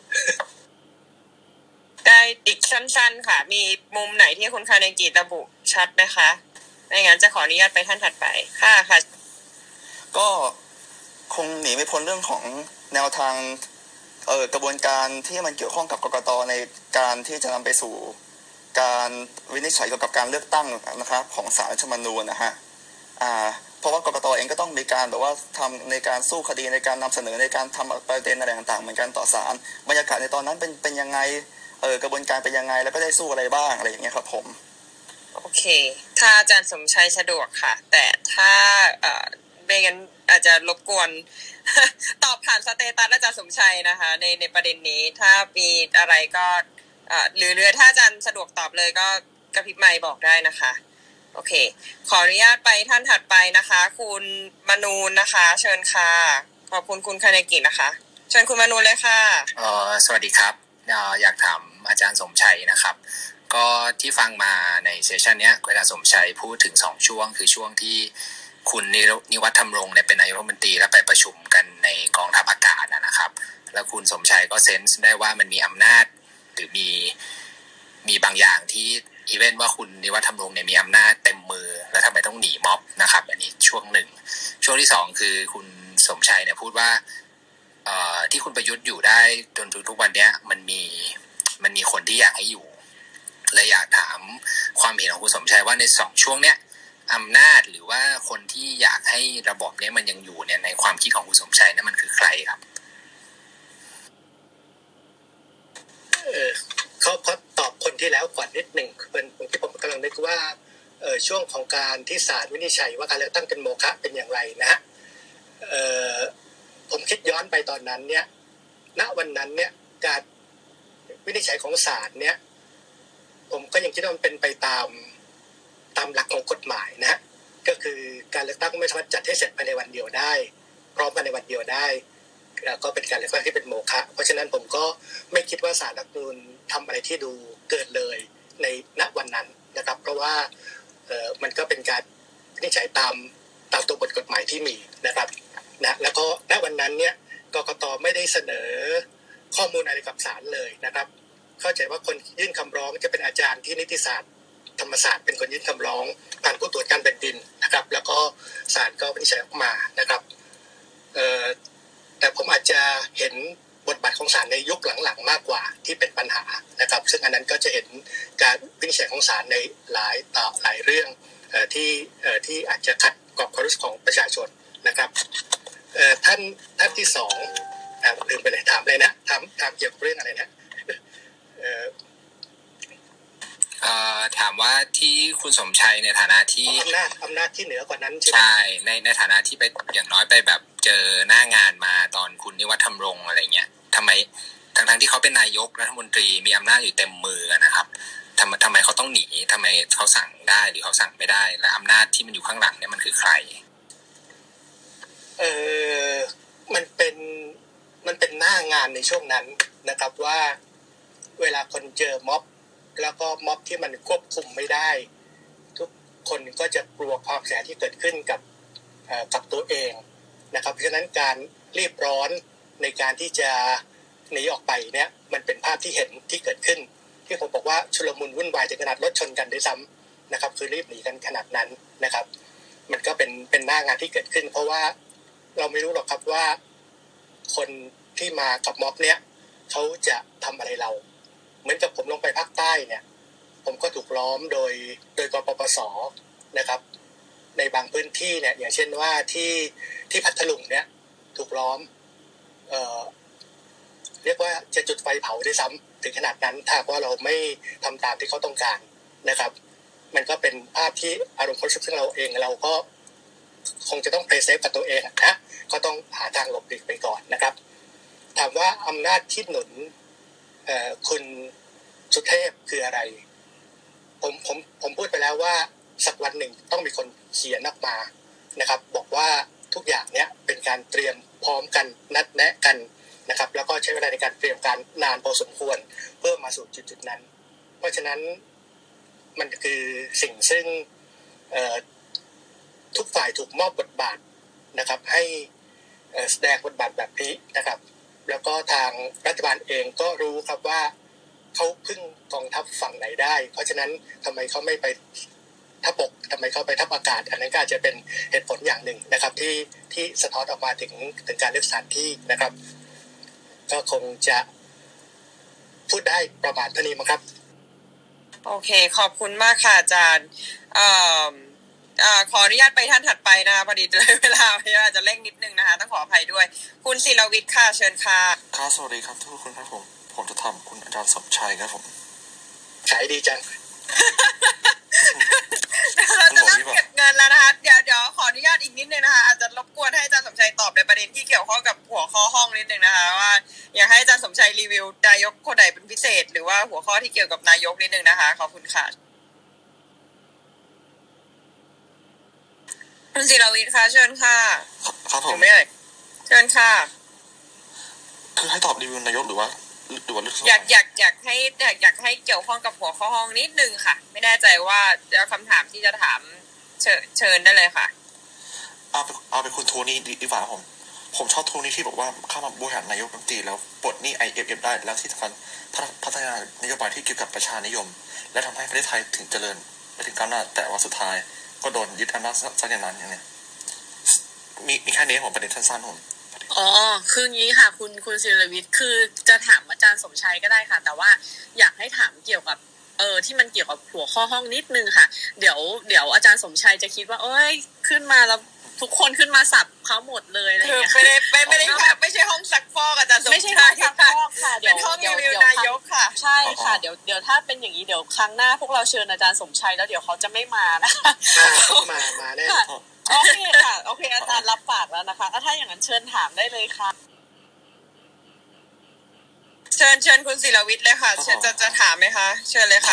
Speaker 1: ได้อีกสั้นๆค่ะมีมุมไหนที่คุณคาเนกิระบุชัดไหมคะไม่งั้นจะขออนุญาตไปท่านถัดไปค่ะ
Speaker 7: ก็คงหนีไม่พ้นเรื่องของแนวทางกระบวนการที่มันเกี่ยวข้องกับกกต.ในการที่จะนำไปสู่การวินิจฉัยเกี่ยวกับการเลือกตั้งนะครับของศาลรัฐธรรมนูญนะฮะเพราะว่ากกต.เองก็ต้องมีการแบบว่าทำในการสู้คดีในการนำเสนอในการทำประเด็นอะไรต่างๆเหมือนกันต่อศาลบรรยากาศในตอนนั้นเป็นยังไงกระบวนการเป็นยังไงแล้วก็ได้สู้อะไรบ้างอะไรอย่างเงี้ยครับผม
Speaker 1: โอเคถ้าอาจารย์สมชัยสะดวกค่ะแต่ถ้าไม่งั้นอาจจะรบกวน ตอบผ่านสเตตัสอาจารย์สมชัยนะคะในประเด็นนี้ถ้ามีอะไรก็หรือถ้าอาจารย์สะดวกตอบเลยก็กระพริบไมค์บอกได้นะคะโอเคขออนุญาตไปท่านถัดไปนะคะคุณมนูนนะคะเชิญค่ะขอบคุณคุณคาเนกินะคะเชิญคุณมนูนเลยค่ะ
Speaker 8: สวัสดีครับอยากถามอาจารย์สมชัยนะครับก็ที่ฟังมาในเซสชันเนี้ยอาจารย์สมชัยพูดถึง2ช่วงคือช่วงที่คุณนิวัฒน์ธรรมรงค์เนี่ยเป็นนายกรัฐมนตรีและไปประชุมกันในกองทัพอากาศนะครับแล้วคุณสมชัยก็เซนส์ได้ว่ามันมีอำนาจหรือมีบางอย่างที่อีเวนต์ว่าคุณนิวัฒน์ธรรมรงค์เนี่ยมีอำนาจเต็มมือแล้วทำไมต้องหนีม็อบนะครับอันนี้ช่วงหนึ่งช่วงที่2คือคุณสมชัยเนี่ยพูดว่าที่คุณประยุทธ์อยู่ได้จนถึงทุกวันเนี้ยมันมีคนที่อยากให้อยู่เลยอยากถามความเห็นของคุณสมชัยว่าใน2ช่วงเนี้ยอำนาจหรือว่าคนที่อยากให้ระบบนี้มันยังอยู่เนี่ยในความคิดของคุณสมชัยนั้นมันคือใครครับ
Speaker 2: เขาตอบคนที่แล้วก่อนนิดหนึ่งเป็นที่ผมกำลังนึกว่าช่วงของการที่ศาลวินิจฉัยว่าการเลือกตั้งเป็นโมฆะเป็นอย่างไรนะผมคิดย้อนไปตอนนั้นเนี่ยณวันนั้นเนี่ยการวินิจฉัยของศาลเนี่ยผมก็ยังคิดว่ามันเป็นไปตามหลักของกฎหมายนะก็คือการเลือกตั้งไม่สามารถจัดให้เสร็จภายในวันเดียวได้พร้อมกันในวันเดียวได้ก็เป็นการเลือกตั้งที่เป็นโมฆะเพราะฉะนั้นผมก็ไม่คิดว่าศาลรัฐธรรมนูญทำอะไรที่ดูเกินเลยในณวันนั้นนะครับเพราะว่ามันก็เป็นการวินิจฉัยตามตัวบทกฎหมายที่มีนะครับนะแล้วก็ณวันนั้นเนี่ยกกต.ไม่ได้เสนอข้อมูลอะไรกับศาลเลยนะครับเข้าใจว่าคนยื่นคำร้องจะเป็นอาจารย์ที่นิติศาสตร์ธรรมศาสตร์เป็นคนยื่นคำร้องผ่านผู้ตรวจการแผ่นดินนะครับแล้วก็ศาลก็วินิจฉัยออกมานะครับแต่ผมอาจจะเห็นบทบาทของศาลในยุคหลังๆมากกว่าที่เป็นปัญหานะครับซึ่งอันนั้นก็จะเห็นการวินิจฉัยของศาลในหลายเรื่องที่อาจจะขัดกับความรู้สึกของประชาชนนะครับท่านที่2ลืมไปเลยถามเลยนะถามเกี่ยวกับเรื่องอะไรนะ
Speaker 8: ถามว่าที่คุณสมชัยในฐานะที่
Speaker 2: อำนาจที่เหนือกว่านั้น
Speaker 8: ใช่ในฐานะที่ไปอย่างน้อยไปแบบเจอหน้างานมาตอนคุณนิวัฒน์ธรรมรงค์อะไรเงี้ยทำไมทั้งที่เขาเป็นนายกรัฐมนตรีมีอำนาจอยู่เต็มมือนะครับทำไมเขาต้องหนีทำไมเขาสั่งได้หรือเขาสั่งไม่ได้และอำนาจที่มันอยู่ข้างหลังเนี่ยมันคือใคร
Speaker 2: มันเป็นหน้างานในช่วงนั้นนะครับว่าเวลาคนเจอม็อบแล้วก็ม็อบที่มันควบคุมไม่ได้ทุกคนก็จะกลัวความเสียหายที่เกิดขึ้นกับตัวเองนะครับเพราะฉะนั้นการรีบร้อนในการที่จะหนีออกไปเนี่ยมันเป็นภาพที่เห็นที่เกิดขึ้นที่ผมบอกว่าชุลมุนวุ่นวายถึงขนาดรถชนกันด้วยซ้ำนะครับคือรีบหนีกันขนาดนั้นนะครับมันก็เป็นหน้างานที่เกิดขึ้นเพราะว่าเราไม่รู้หรอกครับว่าคนที่มากับม็อบเนี่ยเขาจะทำอะไรเราเหมือนกับผมลงไปภาคใต้เนี่ยผมก็ถูกล้อมโดยกปปส.นะครับในบางพื้นที่เนี่ยอย่างเช่นว่าที่พัทลุงเนี่ยถูกล้อมเรียกว่าจะจุดไฟเผาด้วยซ้ำถึงขนาดนั้นถ้าว่าเราไม่ทำตามที่เขาต้องการนะครับมันก็เป็นภาพที่อารมณ์ความรู้สึกซึ่งเราเองเราก็คงจะต้องเพลย์เซฟกับตัวเองนะก็ต้องหาทางหลบหลีกไปก่อนนะครับถามว่าอำนาจที่หนุนคุณสุเทพคืออะไรผมพูดไปแล้วว่าสักวันหนึ่งต้องมีคนเขียนออกมานะครับบอกว่าทุกอย่างเนี้ยเป็นการเตรียมพร้อมกันนัดแนะกันนะครับแล้วก็ใช้เวลาในการเตรียมการนานพอสมควรเพื่อมาสู่จุดนั้นเพราะฉะนั้นมันคือสิ่งซึ่งทุกฝ่ายถูกมอบบทบาทนะครับให้แสดงบทบาทแบบนี้นะครับแล้วก็ทางรัฐบาลเองก็รู้ครับว่าเขาพึ่งกองทัพฝั่งไหนได้เพราะฉะนั้นทำไมเขาไม่ไปทัพบกทำไมเขาไปทัพอากาศอันนั้นก็อาจจะเป็นเหตุผลอย่างหนึ่งนะครับที่สะท้อนออกมาถึงการเลือกสถานที่นะครับก็คงจะพูดได้ประมาณเท่านี้มั้งครับ
Speaker 1: โอเคขอบคุณมากค่ะอาจารย์ขออนุญาตไปท่านถัดไปนะคะพอดีเลยเวลาอาจจะเร่งนิดนึงนะคะต้องขออภัยด้วยคุณศิลวิทย์ค่ะเชิญค่ะ
Speaker 9: ครับสวัสดีครับทุกคนครับผมจะทำคุณอาจารย์สมชัยครับผม
Speaker 2: ขายดีจัง
Speaker 1: เราจะเริ่มเก็บเงินแล้วนะคะเดี๋ยวขออนุญาตอีกนิดนึงนะคะอาจจะรบกวนให้อาจารย์สมชัยตอบในประเด็นที่เกี่ยวข้องกับหัวข้อห้องนิดนึงนะคะว่าอยากให้อาจารย์สมชัยรีวิวนายกคนไหนเป็นพิเศษหรือว่าหัวข้อที่เกี่ยวกับนายกนิดนึงนะคะขอบคุณค่ะคุณศิลวิทย์คะเชิญค่ะ
Speaker 9: ครับผม
Speaker 1: ไม่เอ่ยเชิญค่ะ
Speaker 9: คือให้ตอบรีวิวนายกหรือว่า
Speaker 1: อยากให้เกี่ยวข้องกับหัวข้อห้องนิดนึงค่ะไม่แน่ใจว่าจะคำถามที่จะถามเชิญได้เลยค่ะ
Speaker 9: เอาเป็นคุณโทนี่ดีกว่าผมชอบโทนี่ที่บอกว่าเข้ามาบริหารนายกรัฐมนตรีแล้วปลดหนี้ IMF ได้แล้วที่สำคัญพัฒนานโยบายที่เกี่ยวกับประชานิยมและทำให้ประเทศไทยถึงเจริญไปถึงก้าวหน้าแต่ว่าสุดท้ายก็โดนยึดอำนาจซะอย่างนั้นอย่างเนี้ยมีแค่นี้ผมประเด็นสั้นๆผม
Speaker 3: คืองี้ค่ะคุณศิลวิทย์คือจะถามอาจารย์สมชัยก็ได้ค่ะแต่ว่าอยากให้ถามเกี่ยวกับที่มันเกี่ยวกับหัวข้อห้องนิดนึงค่ะเดี๋ยวอาจารย์สมชัยจะคิดว่าเอ้ยขึ้นมาแล้วทุกคนขึ้นมาสับเขาหมดเลยอะไรอย่างเงี้ย
Speaker 1: ไม่ได้ค่ะไม่ใช่ห้องซักฟอกอาจารย์สมชัย
Speaker 3: ไม่ใช่ห้องซักฟอกค่ะ
Speaker 1: เป็นห้องรีวิวนายกค่ะ
Speaker 3: ใช่ค่ะเดี๋ยวถ้าเป็นอย่างนี้เดี๋ยวครั้งหน้าพวกเราเชิญอาจารย์สมชัยแล้วเดี๋ยวเขาจะไม่มานะคะ
Speaker 2: มาแน่
Speaker 3: โอเคค่ะโอเคอาจารย์รับปากแล้วนะคะถ้าอย่างนั้นเชิญถามได้เลยค่ะ
Speaker 1: เชิญคุณศิลวิทย์เลยค่ะจะถามไหมคะเชิญเลยค่ะ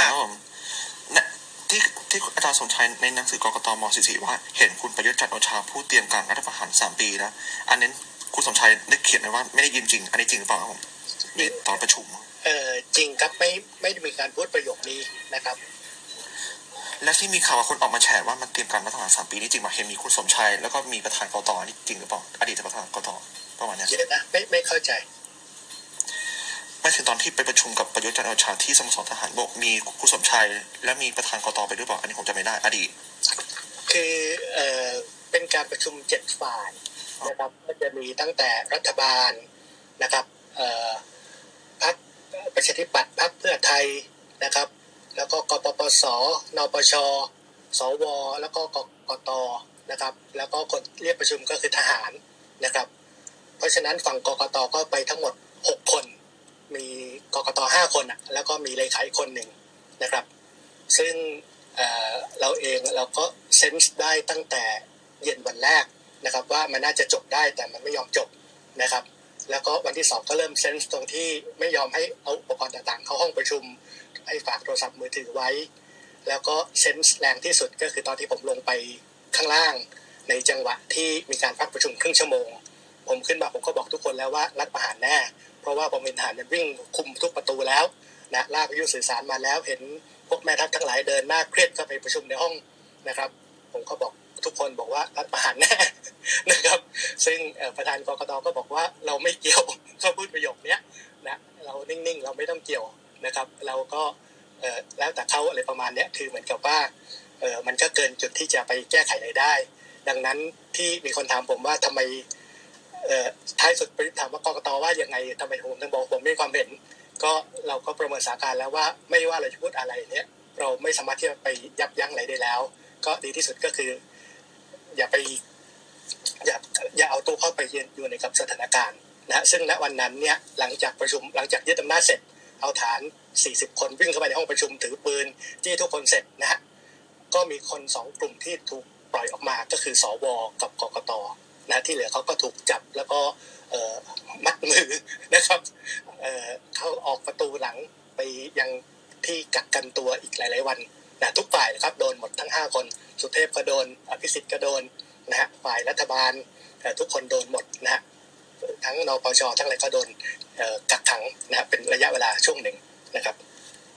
Speaker 9: ที่อาจารย์สมชัยในหนังสือกกตม.44ว่าเห็นคุณประยุทธ์จันทร์โอชาพูดเตรียมการรัฐประหาร3 ปีนะอันนั้นคุณสมชัยได้เขียนไว้ว่าไม่ได้ยินจริงอันนี้จริงหรือเปล่าครับในตอนประชุม
Speaker 2: จริงครับไม่ได้มีการพูดประโยคนี้นะครับ
Speaker 9: และที่มีข่าวว่าคนออกมาแฉว่ามันเตรียมการรัฐประหาร3 ปีนี่จริงไหมเห็นมีคุณสมชัยแล้วก็มีประธานกต.นี่จริงหรือเปล่าอดีตประธานกต.ประมาณนี้
Speaker 2: เดี๋ยวนะไม่เข้าใจ
Speaker 9: ไม่ถึงตอนที่ไปประชุมกับประยุทธ์จันทร์โอชาที่สโมสรทหารบกมีคุณสมชัยและมีประธานกต.ไปด้วยเปล่าอันนี้ผมจำไม่ได้อดีต
Speaker 2: คือเป็นการประชุม7 ฝ่ายนะครับก็จะมีตั้งแต่รัฐบาลนะครับพรรคประชาธิปัตย์พรรคเพื่อไทยนะครับแล้วก็กปปสนปชสวแล้วก็กตนะครับแล้วก็คนเรียกประชุมก็คือทหารนะครับเพราะฉะนั้นฝั่งกกตก็ไปทั้งหมด6 คนมีกกต5 คนแล้วก็มีเลขาอีกคนหนึ่งนะครับซึ่งเราเองเราก็เซนส์ได้ตั้งแต่เย็นวันแรกนะครับว่ามันน่าจะจบได้แต่มันไม่ยอมจบนะครับแล้วก็วันที่2ก็เริ่มเซนส์ตรงที่ไม่ยอมให้เอาอุปกรณ์ต่างๆเข้าห้องประชุมให้ฝากโทรศัพท์มือถือไว้แล้วก็เซนส์แรงที่สุดก็คือตอนที่ผมลงไปข้างล่างในจังหวะที่มีการพักประชุมครึ่งชั่วโมงผมขึ้นมาผมก็บอกทุกคนแล้วว่ารัฐประหารแน่เพราะว่าผมเป็นทหารวิ่งคุมทุกประตูแล้วนะลากวิทยุสื่อสารมาแล้วเห็นพวกแม่ทัพทั้งหลายเดินหน้าเครียดเข้าไปประชุมในห้องนะครับผมก็บอกทุกคนบอกว่ารัฐประหารแน่นะครับซึ่งประธานกกตก็บอกว่าเราไม่เกี่ยวเขาพูดประโยคนี้นะเรานิ่งๆเราไม่ต้องเกี่ยวนะครับเราก็แล้วแต่เขาอะไรประมาณนี้คือเหมือนกับว่ามันก็เกินจุดที่จะไปแก้ไขอะไรได้ดังนั้นที่มีคนถามผมว่าทำไมท้ายสุดไปถามว่ากกตว่ายังไงทำไมผมถึงบอกผมไม่มีความเห็นก็เราก็ประเมินสถานการณ์แล้วว่าไม่ว่าเราจะพูดอะไรเนี่ยเราไม่สามารถที่จะไปยับยั้งอะไรได้แล้วก็ดีที่สุดก็คืออย่าเอาตัวเข้าไปอยู่ในกับสถานการณ์นะซึ่งณวันนั้นเนี่ยหลังจากประชุมหลังจากยึดอำนาจเสร็จเอาฐาน40 คนวิ่งเข้าไปในห้องประชุมถือปืนจี้ทุกคนเสร็จนะฮะก็มีคน2 กลุ่มที่ถูกปล่อยออกมาก็คือสวกับกกตนะที่เหลือเขาก็ถูกจับแล้วก็มัดมือนะครับเขาออกประตูหลังไปยังที่กักกันตัวอีกหลายๆวันนะทุกฝ่ายนะครับโดนหมดทั้ง5 คนสุเทพก็โดนอภิสิทธิ์ก็โดนนะฮะฝ่ายรัฐบาลทุกคนโดนหมดนะฮะทั้งนปชทั้งอะไรก็โดนกักขังนะเป็นระยะเวลาช่วงหนึ่งนะครับ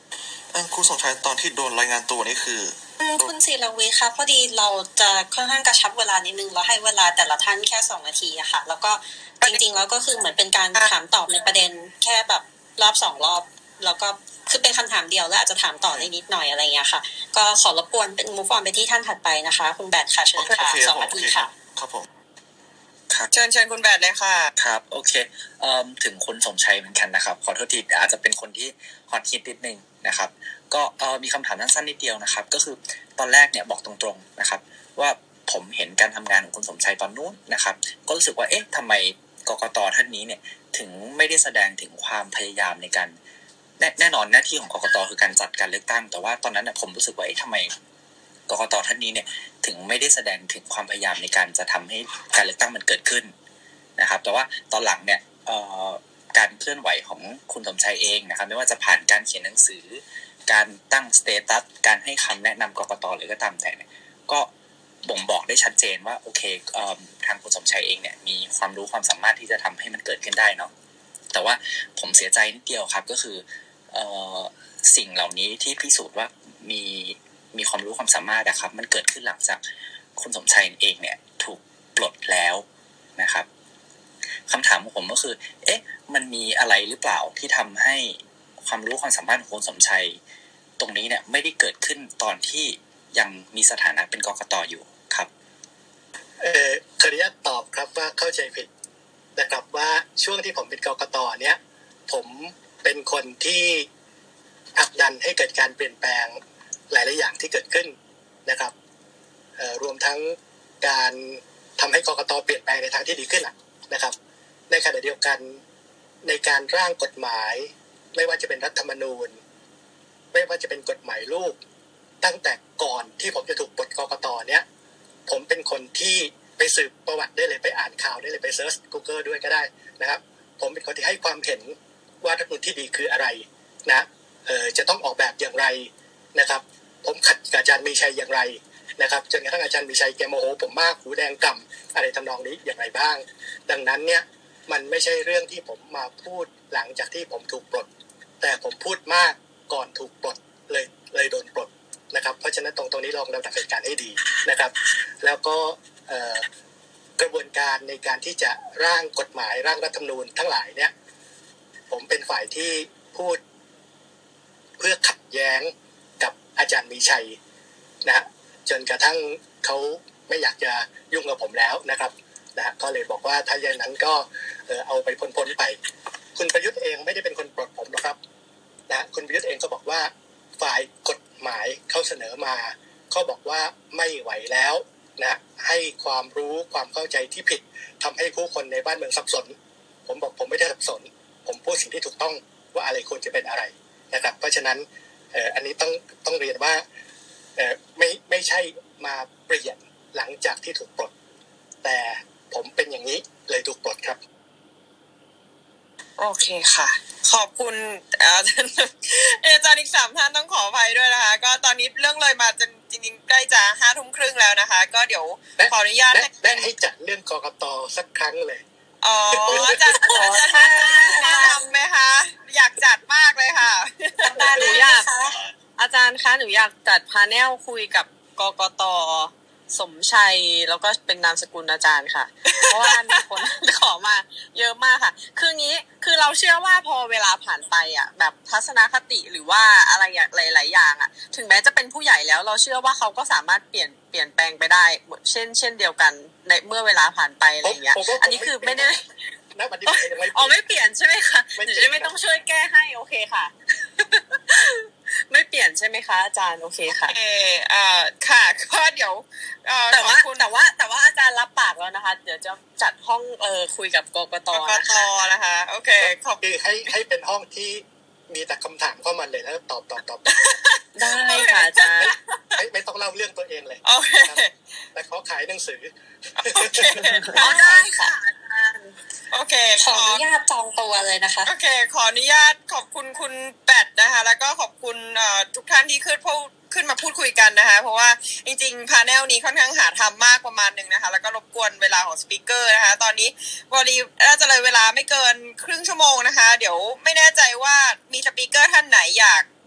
Speaker 9: ครูสมชายตอนที่โดนรายงานตัวนี่คือ
Speaker 4: คุณศิรวิทย์คะพอดีเราจะค่อนข้างกระชับเวลานิดนึงเราให้เวลาแต่ละท่านแค่2 นาทีอะค่ะแล้วก็จริงๆแล้วก็คือเหมือนเป็นการถามตอบในประเด็นแค่แบบรอบ2 รอบแล้วก็คือเป็นคำถามเดียวแล้วอาจจะถามต่อได้นิดหน่อยอะไรอย่างเงี้ยค่ะก็ขอรบกวนเป็นมูฟออนไปที่ท่านถัดไปนะคะคุณแบทค่ะเชิญค่ะ2 นาทีค่ะ
Speaker 9: ครับผม
Speaker 1: เชิญคุณแบทเลยค่ะ
Speaker 10: ครับโอเคถึงคุณสมชัยเหมือนกันนะครับขอโทษทีอาจจะเป็นคนที่ฮอตฮิตนิดนึงนะครับก็มีคำถามสั้นๆนิดเดียวนะครับก็คือตอนแรกเนี่ยบอกตรงๆนะครับว่าผมเห็นการทำงานของคุณสมชัยตอนนู้นนะครับก็รู้สึกว่าเอ๊ะทำไมกกต.ท่านนี้เนี่ยถึงไม่ได้แสดงถึงความพยายามในการแน่นอนหน้าที่ของกกต.คือการจัดการเลือกตั้งแต่ว่าตอนนั้นเนี่ยผมรู้สึกว่าเอ๊ะทำไมกกต.ท่านนี้เนี่ยถึงไม่ได้แสดงถึงความพยายามในการจะทำให้การเลือกตั้งมันเกิดขึ้นนะครับแต่ว่าตอนหลังเนี่ยการเคลื่อนไหวของคุณสมชัยเองนะครับไม่ว่าจะผ่านการเขียนหนังสือการตั้งสเตตัสการให้คำแนะนำกกต.หรือก็ตามแต่เนี่ยก็บ่งบอกได้ชัดเจนว่าโอเคทางคุณสมชัยเองเนี่ยมีความรู้ความสามารถที่จะทำให้มันเกิดขึ้นได้เนาะแต่ว่าผมเสียใจนิดเดียวครับก็คือสิ่งเหล่านี้ที่พิสูจน์ว่ามีความรู้ความสามารถนะครับมันเกิดขึ้นหลังจากคุณสมชัยเองเนี่ยถูกปลดแล้วนะครับคำถามของผมก็คือเอ๊ะมันมีอะไรหรือเปล่าที่ทำให้ความรู้ความสามารถของคุณสมชัยตรงนี้เนี่ยไม่ได้เกิดขึ้นตอนที่ยังมีสถานะเป็นกกต.อยู่ครับ
Speaker 2: ขออนุญาตตอบครับว่าเข้าใจผิดนะครับว่าช่วงที่ผมเป็นกกต.เนี่ยผมเป็นคนที่ผลักดันให้เกิดการเปลี่ยนแปลงหลายๆอย่างที่เกิดขึ้นนะครับรวมทั้งการทำให้กกต.เปลี่ยนแปลงในทางที่ดีขึ้นนะครับในขณะเดียวกันในการร่างกฎหมายไม่ว่าจะเป็นรัฐธรรมนูญไม่ว่าจะเป็นกฎหมายลูกตั้งแต่ก่อนที่ผมจะถูกปลดกกต.เนี่ยผมเป็นคนที่ไปสืบประวัติได้เลยไปอ่านข่าวได้เลยไปเซิร์ช Google ด้วยก็ได้นะครับผมเป็นคนที่ให้ความเห็นว่ารัฐธรรมนูญที่ดีคืออะไรนะจะต้องออกแบบอย่างไรนะครับผมขัดกับอาจารย์มีชัยอย่างไรนะครับจนกระทั่งอาจารย์มีชัยแกโมโหผมมากหูแดงก่ำอะไรทำนองนี้อย่างไรบ้างดังนั้นเนี่ยมันไม่ใช่เรื่องที่ผมมาพูดหลังจากที่ผมถูกปลดแต่ผมพูดมากก่อนถูกปลดเลยโดนปลดนะครับเพราะฉะนั้นตรงนี้ลองลำดับเหตุการณ์ให้ดีนะครับแล้วก็กระบวนการในการที่จะร่างกฎหมายร่างรัฐธรรมนูญทั้งหลายเนี่ยผมเป็นฝ่ายที่พูดเพื่อขัดแย้งกับอาจารย์มีชัยนะจนกระทั่งเขาไม่อยากจะยุ่งกับผมแล้วนะครับนะก็เลยบอกว่าถ้าอย่างนั้นก็เอาไปพ้นไปคุณประยุทธ์เองไม่ได้เป็นคนปลดผมหรอกครับนะคุณประยุทธ์เองก็บอกว่าฝ่ายกฎหมายเขาเสนอมาเขาบอกว่าไม่ไหวแล้วนะให้ความรู้ความเข้าใจที่ผิดทำให้ผู้คนในบ้านเมืองสับสนผมบอกผมไม่ได้สับสนผมพูดสิ่งที่ถูกต้องว่าอะไรควรจะเป็นอะไรนะครับเพราะฉะนั้นอันนี้ต้องเรียนว่าไม่ใช่มาเปลี่ยนหลังจากที่ถูกปลดแต่ผมเป็นอย่างนี้เลยถูกปลดครับ
Speaker 1: โอเคค่ะขอบคุณอาจารย์อีก3ท่านต้องขออภัยด้วยนะคะก็ตอนนี้เรื่องเลยมาจริงๆใกล้จะ5:30แล้วนะคะก็เดี๋ยวขออนุญาต
Speaker 2: ให้จัดเรื่องกกต.สักครั้งเลย
Speaker 1: อาจารย์ทำไหมคะอยากจัดมากเลยค่ะหนูอยากอาจารย์คะหนูอยากจัดพาเนลคุยกับกกต.สมชัยแล้วก็เป็นนามสกุลอาจารย์ค่ะเพราะว่ามีคนขอมาเยอะมากค่ะคืองี้คือเราเชื่อว่าพอเวลาผ่านไปอ่ะแบบทัศนคติหรือว่าอะไรหลายๆอย่างอ่ะถึงแม้จะเป็นผู้ใหญ่แล้วเราเชื่อว่าเขาก็สามารถเปลี่ยนแปลงไปได้เช่นเดียวกันในเมื่อเวลาผ่านไปอะไรอย่างเงี้ยอันนี้คือไม่ได้ไม่เปลี่ยนใช่ไหมคะหนูจะไม่ต้องช่วยแก้ให้โอเคค่ะไม่เปลี่ยนใช่ไหมคะอาจารย์โอเคค่ะค่ะก็เดี๋ยวแต่ว่าอาจารย์รับปากแล้วนะคะเดี๋ยวจะจัดห้องคุยกับกกต.นะคะโอเคขอบ
Speaker 2: คุณให้เป็นห้องที่มีแต่คำถามเข้ามาเลยแล้วตอบ
Speaker 1: ได้ค่ะอาจารย์
Speaker 2: ไม่ต้องเล่าเรื่องตัวเองเลย
Speaker 1: โอเค
Speaker 2: แต่เขาขายหนังสือ
Speaker 1: โอเคได้ค่ะโอเค
Speaker 4: ขออนุญาตจองตัวเลยนะคะ
Speaker 1: โอเคขออนุญาตขอบคุณคุณแปดนะคะแล้วก็ขอบคุณทุกท่านที่ขึ้นมาพูดคุยกันนะคะเพราะว่าจริงๆพาเนลนี้ค่อนข้างหาทำมากประมาณนึงนะคะแล้วก็รบกวนเวลาของสปีกเกอร์นะคะตอนนี้พอดีน่าจะเลยเวลาไม่เกินครึ่งชั่วโมงนะคะเดี๋ยวไม่แน่ใจว่ามีสปีกเกอร์ท่านไหนอยาก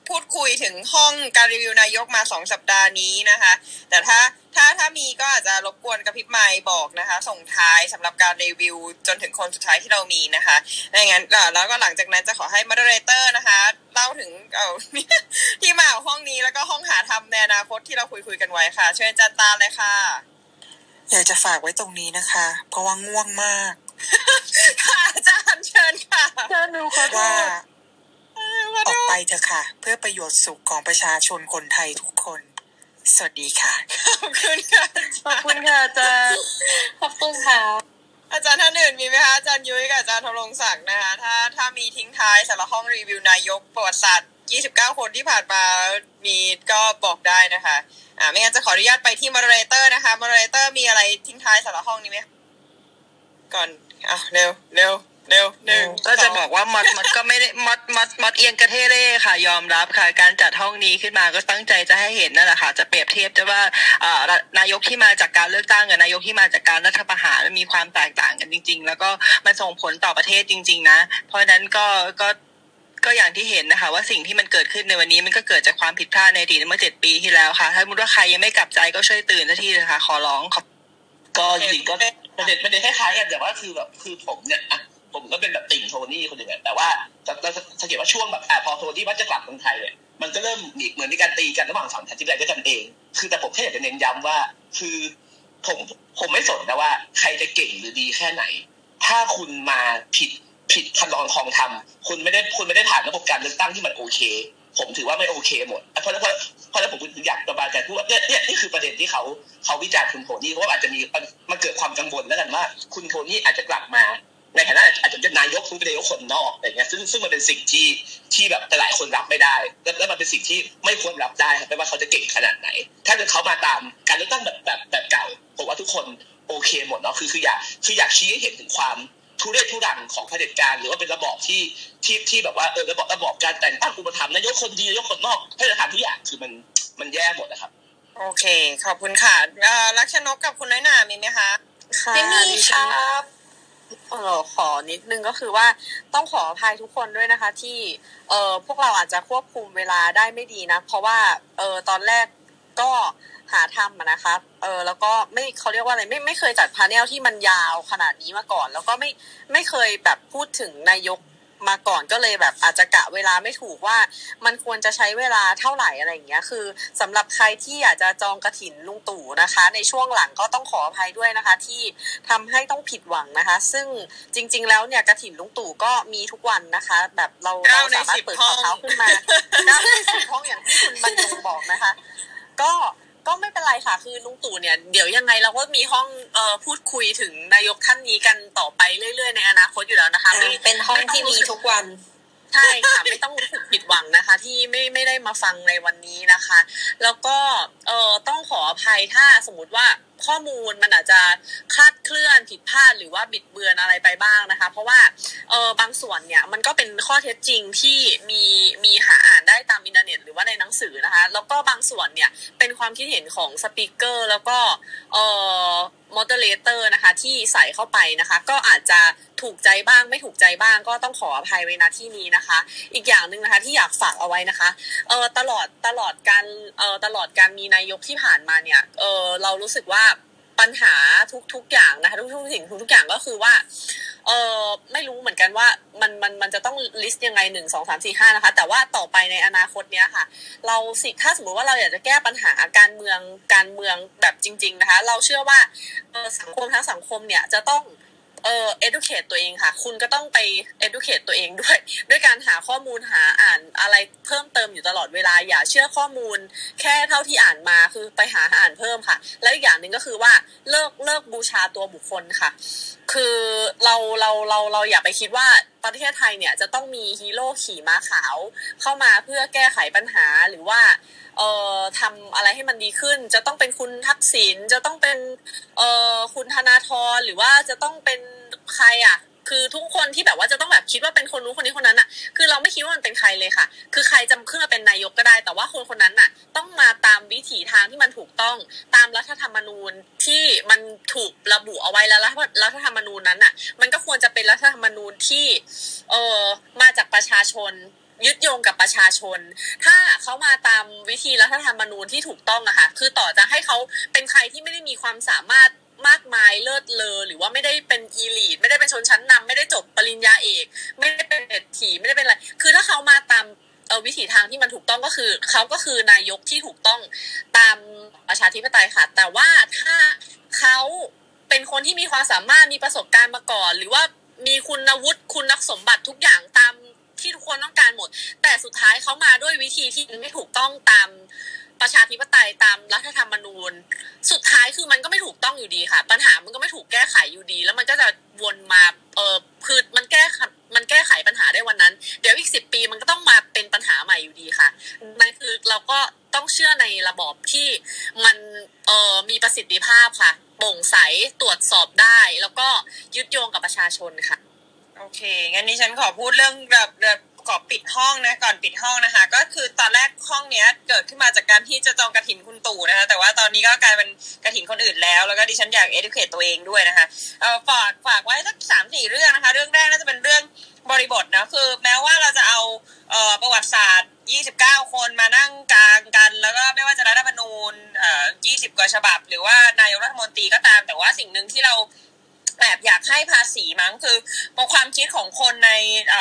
Speaker 1: พูดคุยถึงห้องการรีวิวนายกมา2 สัปดาห์นี้นะคะแต่ถ้ามีก็อาจจะรบกวนกระพริบไมค์บอกนะคะส่งท้ายสำหรับการรีวิวจนถึงคนสุดท้ายที่เรามีนะคะไม่งั้นแล้วก็หลังจากนั้นจะขอให้ moderator นะคะเล่าถึงที่มาของห้องนี้แล้วก็ห้องหาธรรมในอนาคตที่เราคุยกันไว้ค่ะเชิญจันตาเลยค่ะ
Speaker 11: อยากจะฝากไว้ตรงนี้นะคะเพราะว่าง่วงมาก
Speaker 1: ค่ะอาจารย์เชิญค่ะ
Speaker 11: เชิญดูค่ะว่าออกไปเถอะค่ะเพื่อประโยชน์สุขของประชาชนคนไทยทุกคนสวัสดีค่ะ
Speaker 1: ขอบคุณค่ะ
Speaker 11: ขอบคุณค่ะอาจารย์
Speaker 4: ขอบคุณค่ะ
Speaker 1: อาจารย์ท่านอื่นมีไหมคะอาจารย์ยุ้ยกับอาจารย์ธำรงศักดิ์นะคะถ้ามีทิ้งท้ายสำหรับห้องรีวิวนายกประวัติศาสตร์29 คนที่ผ่านมามีก็บอกได้นะคะไม่งั้นจะขออนุญาตไปที่ moderator นะคะ moderator มีอะไรทิ้งท้ายสำหรับห้องนี้ไหมก่อนเร็ว
Speaker 12: ก็จะบอกว่ามอดก็ไม่ได้มอดเอียงกระเทเร่ค่ะยอมรับค่ะการจัดห้องนี้ขึ้นมาก็ตั้งใจจะให้เห็นนั่นแหละค่ะจะเปรียบเทียบจะว่านายกที่มาจากการเลือกตั้งกับนายกที่มาจากการรัฐประหารมันมีความแตกต่างกันจริงๆแล้วก็มันส่งผลต่อประเทศจริงๆนะเพราะฉะนั้นก็อย่างที่เห็นนะคะว่าสิ่งที่มันเกิดขึ้นในวันนี้มันก็เกิดจากความผิดพลาดในอดีตเมื่อ7 ปีที่แล้วค่ะถ้าสมมติว่าใครยังไม่กลับใจก็ช่วยตื่นสักทีเลยค่ะขอร้อง
Speaker 6: ก็จริงก็ประเด็นคล้ายๆกันแต่ว่าคือผมเนี่ยผมก็เป็นแบบติ่งโทนี่คนหนึ่งแต่ว่าเราสังเกตว่าช่วงแบบพอโทนี่ว่าจะกลับเมืองไทยเนี่ยมันก็เริ่มเหมือนมีการตีกันระหว่างฝั่งทัพทิมไลด้วยกันเองคือแต่ผมแค่อยากจะเน้นย้ำว่าคือผมไม่สนนะว่าใครจะเก่งหรือดีแค่ไหนถ้าคุณมาผิดคันลองคองทำคุณไม่ได้ผ่านระบบการเลือกตั้งที่มันโอเคผมถือว่าไม่โอเคหมดเพราะแล้วผมอยากระบายใจพูดว่าเนี่ยนี่คือประเด็นที่เขาวิจารณ์คุณโทนี่เพราะว่าอาจจะมันเกิดความกังวลแล้วกันว่าคุณโทนี่อาจจะกลับมาในฐานะอาจจะเป็นนายกเป็นนายกคนนอกอะไรเงี้ยซึ่งมันเป็นสิ่งที่แบบหลายคนรับไม่ได้แล้วมันเป็นสิ่งที่ไม่ควรรับได้ไม่ว่าเขาจะเก่งขนาดไหนถ้าเกิดเขามาตามการเลือกตั้งแบบเก่าผมว่าทุกคนโอเคหมดเนาะคืออยากชี้ให้เห็นถึงความทุเรศทุรังของเผด็จการหรือว่าเป็นระบอบที่แบบว่าระบอบการแต่งตั้งอุปถัมภ์นายกคนดีนายกคนนอกให้จะทำทุกอย่างคือมันแย่หมดนะครับ
Speaker 1: โอเคขอบคุณค่ะลักษณกกับคุณน้อยหนามีไหมคะ
Speaker 4: ไม่มีครับ
Speaker 11: ขอนิดนึงก็คือว่าต้องขออภัยทุกคนด้วยนะคะที่พวกเราอาจจะควบคุมเวลาได้ไม่ดีนะเพราะว่าตอนแรกก็หาทำนะคะแล้วก็เขาเรียกว่าอะไรไม่เคยจัดพาเนลที่มันยาวขนาดนี้มาก่อนแล้วก็ไม่เคยแบบพูดถึงนายกมาก่อนก็เลยแบบอาจจะกะเวลาไม่ถูกว่ามันควรจะใช้เวลาเท่าไหร่อะไรอย่างเงี้ยคือสำหรับใครที่อยากจะจองกฐินลุงตู่นะคะในช่วงหลังก็ต้องขออภัยด้วยนะคะที่ทำให้ต้องผิดหวังนะคะซึ่งจริงๆแล้วเนี่ยกฐินลุงตู่ก็มีทุกวันนะคะแบบเราสามารถเปิดข่าวเช้าขึ้นมา9 ใน 10 ห้องอย่างที่คุณบรรยงบอกนะคะก็ไม่เป็นไรค่ะคือลุงตู่เนี่ยเดี๋ยวยังไงเราก็มีห้องพูดคุยถึงนายกท่านนี้กันต่อไปเรื่อยๆในอนาคตอยู่แล้วนะคะ
Speaker 4: เป็นห้องที่มีทุกวัน
Speaker 11: ใช่ค่ะไม่ต้องรู้สึกผิดหวังนะคะที่ไม่ได้มาฟังในวันนี้นะคะแล้วก็ต้องขออภัยถ้าสมมติว่าข้อมูลมันอาจจะคลาดเคลื่อนผิดพลาดหรือว่าบิดเบือนอะไรไปบ้างนะคะเพราะว่าบางส่วนเนี่ยมันก็เป็นข้อเท็จจริงที่มีหาอ่านได้ตามอินเทอร์เน็ตหรือว่าในหนังสือนะคะแล้วก็บางส่วนเนี่ยเป็นความคิดเห็นของสปีกเกอร์แล้วก็มอดเลเตอร์นะคะที่ใส่เข้าไปนะคะก็อาจจะถูกใจบ้างไม่ถูกใจบ้างก็ต้องขออภัยไว้ณที่นี้นะคะอีกอย่างนึงนะคะที่อยากฝากเอาไว้นะคะตลอดการมีนายกที่ผ่านมาเนี่ยเรารู้สึกว่าปัญหาทุกอย่างนะคะทุกสิ่งทุกอย่างก็คือว่าไม่รู้เหมือนกันว่ามันจะต้องลิสต์ยังไง1 2 3 4 5นะคะแต่ว่าต่อไปในอนาคตเนี้ยค่ะถ้าสมมติว่าเราอยากจะแก้ปัญหาการเมืองแบบจริงๆนะคะเราเชื่อว่าสังคมทั้งสังคมเนี่ยจะต้องeducate ตัวเองค่ะคุณก็ต้องไป educate ตัวเองด้วยการหาข้อมูลหาอ่านอะไรเพิ่มเติมอยู่ตลอดเวลาอย่าเชื่อข้อมูลแค่เท่าที่อ่านมาคือไปหาอ่านเพิ่มค่ะแล้วอีกอย่างนึงก็คือว่าเลิกบูชาตัวบุคคลค่ะคือเราอย่าไปคิดว่าประเทศไทยเนี่ยจะต้องมีฮีโร่ขี่ม้าขาวเข้ามาเพื่อแก้ไขปัญหาหรือว่าทำอะไรให้มันดีขึ้นจะต้องเป็นคุณทักษิณจะต้องเป็นคุณธนาธรหรือว่าจะต้องเป็นใครอ่ะคือทุกคนที่แบบว่าจะต้องแบบคิดว่าเป็นคนนู้นคนนี้คนนั้นอ่ะคือเราไม่คิดว่ามันเป็นใครเลยค่ะคือใครจะขึ้นมาเป็นนายกก็ได้แต่ว่าคนนั้นน่ะต้องมาตามวิถีทางที่มันถูกต้องตามรัฐธรรมนูญที่มันถูกระบุเอาไว้แล้วรัฐธรรมนูญนั้นน่ะมันก็ควรจะเป็นรัฐธรรมนูญที่มาจากประชาชนยึดโยงกับประชาชนถ้าเขามาตามวิธีรัฐธรรมนูญที่ถูกต้องอะค่ะคือต่อจะให้เขาเป็นใครที่ไม่ได้มีความสามารถมากมายเลิศเลอหรือว่าไม่ได้เป็นอีลีทไม่ได้เป็นชนชั้นนำไม่ได้จบปริญญาเอกไม่ได้เป็นเศรษฐีไม่ได้เป็นอะไรคือถ้าเขามาตามวิถีทางที่มันถูกต้องก็คือเขาก็คือนายกที่ถูกต้องตามประชาธิปไตยค่ะแต่ว่าถ้าเขาเป็นคนที่มีความสามารถมีประสบการณ์มาก่อนหรือว่ามีคุณวุฒิคุณสมบัติทุกอย่างตามที่ทุกคนต้องการหมดแต่สุดท้ายเขามาด้วยวิธีที่ไม่ถูกต้องตามประชาธิปไตยตามรัฐธรรมนูญสุดท้ายคือมันก็ไม่ถูกต้องอยู่ดีค่ะปัญหามันก็ไม่ถูกแก้ไขอยู่ดีแล้วมันก็จะวนมาคือมันแก้ไขปัญหาได้วันนั้นเดี๋ยวอีก10 ปีมันก็ต้องมาเป็นปัญหาใหม่อยู่ดีค่ะนั่นคือเราก็ต้องเชื่อในระบอบที่มันมีประสิทธิภาพค่ะโปร่งใสตรวจสอบได้แล้วก็ยึดโยงกับประชาชนค่ะ
Speaker 1: โอเคงั้นดิฉันขอพูดเรื่องแบบก่อนปิดห้องนะก่อนปิดห้องนะคะก็คือตอนแรกห้องเนี้ยเกิดขึ้นมาจากการที่จะจองกฐินคุณตู่นะคะแต่ว่าตอนนี้ก็กลายเป็นกฐินคนอื่นแล้วก็ดิฉันอยาก educate ตัวเองด้วยนะคะฝากไว้สัก 3-4 เรื่องนะคะเรื่องแรกน่าจะเป็นเรื่องบริบทนะคือแม้ว่าเราจะเอาประวัติศาสตร์29 คนมานั่งกลางกันแล้วก็ไม่ว่าจะรัฐธรรมนูญ20 กว่าฉบับหรือว่านายกรัฐมนตรีก็ตามแต่ว่าสิ่งหนึ่งที่เราแบบอยากให้ภาษีมั้งคือความคิดของคนใน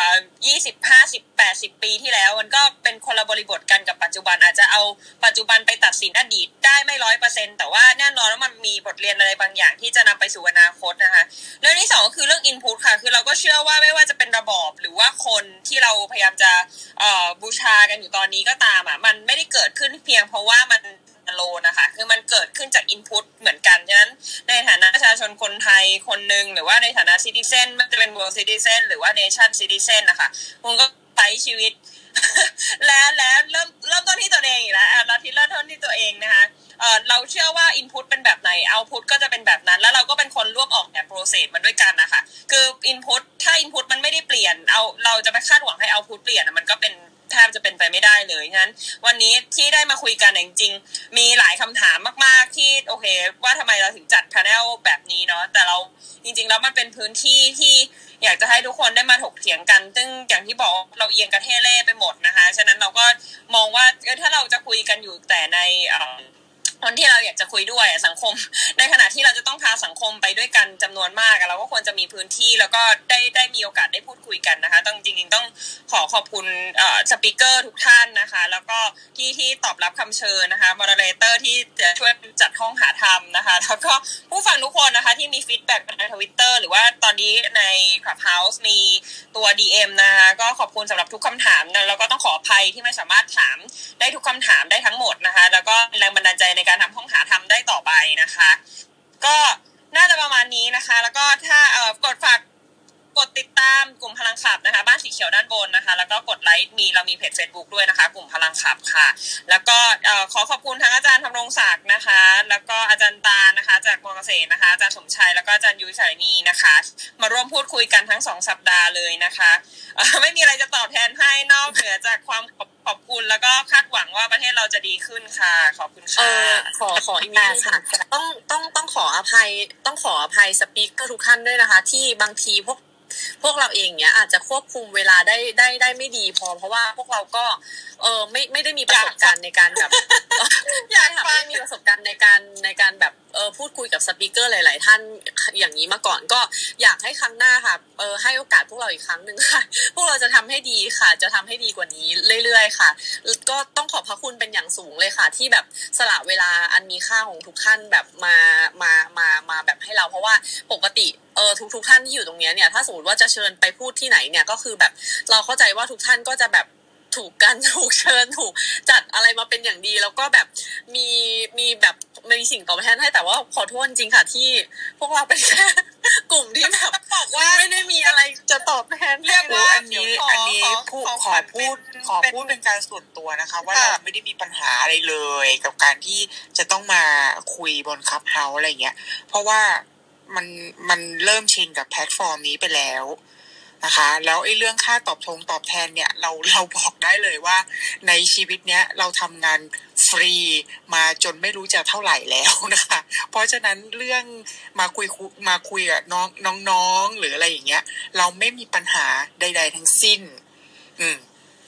Speaker 1: 20 50 80 ปีที่แล้วมันก็เป็นคนละบริบทกันกับปัจจุบันอาจจะเอาปัจจุบันไปตัดสินอดีตได้ไม่ 100% แต่ว่าแน่นอนว่ามันมีบทเรียนอะไรบางอย่างที่จะนำไปสู่อนาคตนะคะเรื่องที่2ก็คือเรื่อง input ค่ะคือเราก็เชื่อว่าไม่ว่าจะเป็นระบอบหรือว่าคนที่เราพยายามจะบูชากันอยู่ตอนนี้ก็ตามอ่ะมันไม่ได้เกิดขึ้นเพียงเพราะว่ามันโลนะคะคือมันเกิดขึ้นจาก input เหมือนกันฉะนั้นในฐานะประชาชนคนไทยคนนึงหรือว่าในฐานะ citizen ไม่ว่าจะเป็น world citizen หรือว่า nation citizen นะคะคุณก็ใช้ชีวิต แล้วเริ่มต้นที่ตัวเองอีกแล้วเราที่เริ่มต้นที่ตัวเองนะคะเราเชื่อว่า input เป็นแบบไหน output ก็จะเป็นแบบนั้นแล้วเราก็เป็นคนร่วมออกแบบ process มันด้วยกันนะคะคือ input ถ้า input มันไม่ได้เปลี่ยนเราจะไปคาดหวังให้ output เปลี่ยนมันก็เป็นแทบจะเป็นไปไม่ได้เลยฉะนั้นวันนี้ที่ได้มาคุยกันจริงๆมีหลายคำถามมากๆที่โอเคว่าทำไมเราถึงจัด panel แบบนี้เนาะแต่เราจริงๆแล้วมันเป็นพื้นที่ที่อยากจะให้ทุกคนได้มาถกเถียงกันซึ่งอย่างที่บอกเราเอียงกระเทเล่ไปหมดนะคะฉะนั้นเราก็มองว่าถ้าเราจะคุยกันอยู่แต่ในคนที่เราอยากจะคุยด้วยสังคมในขณะที่เราจะต้องพาสังคมไปด้วยกันจำนวนมากเราก็ควรจะมีพื้นที่แล้วก็ได้มีโอกาสได้พูดคุยกันนะคะต้องจริงๆต้องขอบคุณสปีกเกอร์ทุกท่านนะคะแล้วก็ที่ตอบรับคำเชิญนะคะมอดเรเตอร์ที่จะช่วยจัดห้องหาธรรมนะคะแล้วก็ผู้ฟังทุกคนนะคะที่มีฟีดแบ็กใน Twitter หรือว่าตอนนี้ใน Clubhouse มีตัว DM นะคะก็ขอบคุณสำหรับทุกคำถามนะแล้วก็ต้องขออภัยที่ไม่สามารถถามได้ทุกคำถามได้ทั้งหมดนะคะแล้วก็แรงบันดาลใจในการทำห้องหาธรรมได้ต่อไปนะคะก็น่าจะประมาณนี้นะคะแล้วก็ถ้ากดติดตามกลุ่มพลังขับนะคะบ้านสีเขียวด้านบนนะคะแล้วก็กดไลค์เรามีเพจ Facebook ด้วยนะคะกลุ่มพลังขับค่ะแล้วก็ขอขอบคุณทั้งอาจารย์ธำรงศักดิ์นะคะแล้วก็อาจารย์ตานะคะจากมอเกษตรนะคะอาจารย์สมชัยแล้วก็อาจารย์ยุ้ยสายนีนะคะมาร่วมพูดคุยกันทั้ง2สัปดาห์เลยนะคะไม่มีอะไรจะตอบแทนให้นอกเหนือจากความขอบคุณแล้วก็คาดหวังว่าประเทศเราจะดีขึ้นค่ะขอบคุณค่ะ
Speaker 11: ขออีกนิดนึงค่ะต้องขออภัยสปีกเกอร์ทุกท่านด้วยนะคะที่บางทีพวกเราเองเนี้ยอาจจะควบคุมเวลาได้ไม่ดีพอเพราะว่าพวกเราก็ไม่ได้มีประสบการณ์ในการแบบอยากไม่มีประสบการณ์ในการแบบพูดคุยกับสปีกเกอร์หลายๆท่านอย่างนี้มาก่อนก็อยากให้ครั้งหน้าค่ะให้โอกาสพวกเราอีกครั้งนึงค่ะพวกเราจะทำให้ดีค่ะจะทำให้ดีกว่านี้เรื่อยๆค่ะก็ต้องขอบพระคุณเป็นอย่างสูงเลยค่ะที่แบบสละเวลาอันมีค่าของทุกท่านแบบมาแบบให้เราเพราะว่าปกติทุกท่านที่อยู่ตรงนี้เนี่ยถ้าสมมติว่าจะเชิญไปพูดที่ไหนเนี่ยก็คือแบบเราเข้าใจว่าทุกท่านก็จะแบบถูกเชิญถูกจัดอะไรมาเป็นอย่างดีแล้วก็แบบมีแบบมีสิ่งตอบแทนให้แต่ว่าขอโทษจริงค่ะที่พวกเราเป็นแค่กลุ่มที่แบบบอกว่าไม่ได้มีอะไรจะตอบแทนเรียกว่า
Speaker 13: อันนี้ขอพูดเป็นการส่วนตัวนะคะว่าเราไม่ได้มีปัญหาอะไรเลยกับการที่จะต้องมาคุยบนคับเฮาส์อะไรเงี้ยเพราะว่ามันเริ่มชินกับแพลตฟอร์มนี้ไปแล้วนะคะแล้วไอ้เรื่องค่าตอบแทนเนี่ยเราบอกได้เลยว่าในชีวิตเนี้ยเราทำงานฟรีมาจนไม่รู้จะเท่าไหร่แล้วนะคะเพราะฉะนั้นเรื่องมาคุยกับน้องหรืออะไรอย่างเงี้ยเราไม่มีปัญหาใดๆทั้งสิ้น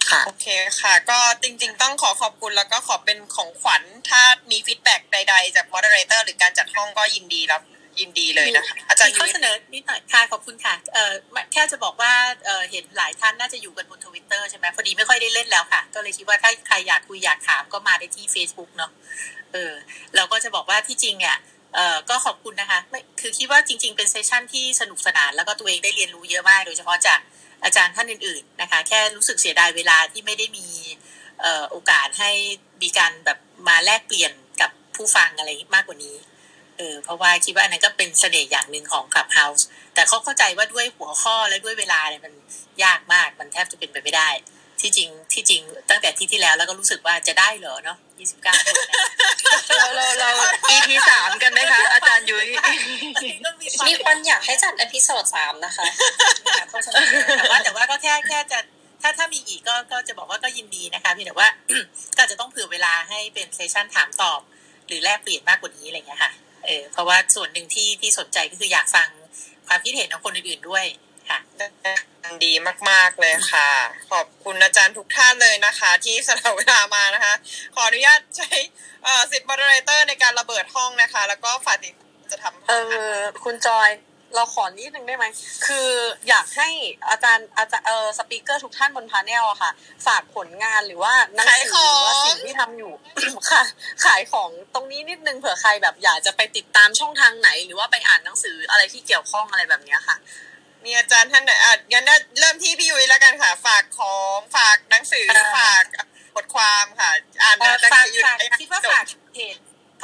Speaker 13: ค่ะ
Speaker 1: โอเคค่ะ ก็จริงๆต้องขอบคุณแล้วก็ขอเป็นของขวัญถ้ามีฟีดแบ็กใดๆจากมอดเรเตอร์หรือการจัดห้องก็ยินดีเลยนะคะอาจารย์
Speaker 3: มีข้อเสนอนิดหน่อยค่ะขอบคุณค่ะแค่จะบอกว่าเห็นหลายท่านน่าจะอยู่กันบน Twitter ใช่ไหมพอดีไม่ค่อยได้เล่นแล้วค่ะก็เลยคิดว่าถ้าใครอยากคุยอยากถามก็มาได้ที่ Facebook เนาะเราก็จะบอกว่าที่จริงอ่ะก็ขอบคุณนะคะคือคิดว่าจริงๆเป็นเซสชั่นที่สนุกสนานแล้วก็ตัวเองได้เรียนรู้เยอะมากโดยเฉพาะจากอาจารย์ท่านอื่นๆนะคะแค่รู้สึกเสียดายเวลาที่ไม่ได้มีโอกาสให้มีการแบบมาแลกเปลี่ยนกับผู้ฟังอะไรมากกว่านี้เพราะว่าคิดว่าอันนั้นก็เป็นเสน่ห์อย่างหนึ่งของ Clubhouse แต่เขาเข้าใจว่าด้วยหัวข้อและด้วยเวลาเนี่ยมันยากมากมันแทบจะเป็นไปไม่ได้ที่จริงตั้งแต่ที่แล้วแล้วก็รู้สึกว่าจะได้เหรอเนาะ29คน
Speaker 12: เรา EP 3กันไหมคะอาจารย์ยุ้ย
Speaker 4: มีคนอยากให้จัดเอพิโซด3นะคะ
Speaker 3: แต่ว่าก็แค่จะถ้ามีอีกก็จะบอกว่าก็ยินดีนะคะเพียงแต่ว่าก็จะต้องเผื่อเวลาให้เป็นเซสชั่นถามตอบหรือแลกเปลี่ยนมากกว่านี้อะไรอย่างเงี้ยค่ะเพราะว่าส่วนหนึ่งที่สนใจก็คืออยากฟังความคิดเห็นของคนอื่นๆด้วยค่ะ
Speaker 1: ดีมากๆเลยค่ะขอบคุณอาจารย์ทุกท่านเลยนะคะที่สละเวลามานะคะขออนุญาตใช้สิทธิ์ moderator ในการระเบิดห้องนะคะแล้วก็ฝากจะทำ
Speaker 11: คุณจอยเราขอนิดนึงได้ไหมคืออยากให้อาจารย์สปีกเกอร์ทุกท่านบนพาเนลอะค่ะฝากผลงานหรือว่าหนังสือหรือว่าสิ่งที่ทำอยู่ ค่ะขายของตรงนี้นิดนึงเผื่อใครแบบอยากจะไปติดตามช่องทางไหนหรือว่าไปอ่านหนังสืออะไรที่เกี่ยวข้องอะไรแบบนี้ค่ะ
Speaker 1: มีอาจารย์ท่านไหนงั้นเริ่มที่พี่ยุ้ยแล้วกันค่ะฝากของฝากหนังสือฝากบทความค่ะอ่านหนังสือ
Speaker 3: คิดว่าฝากเพจ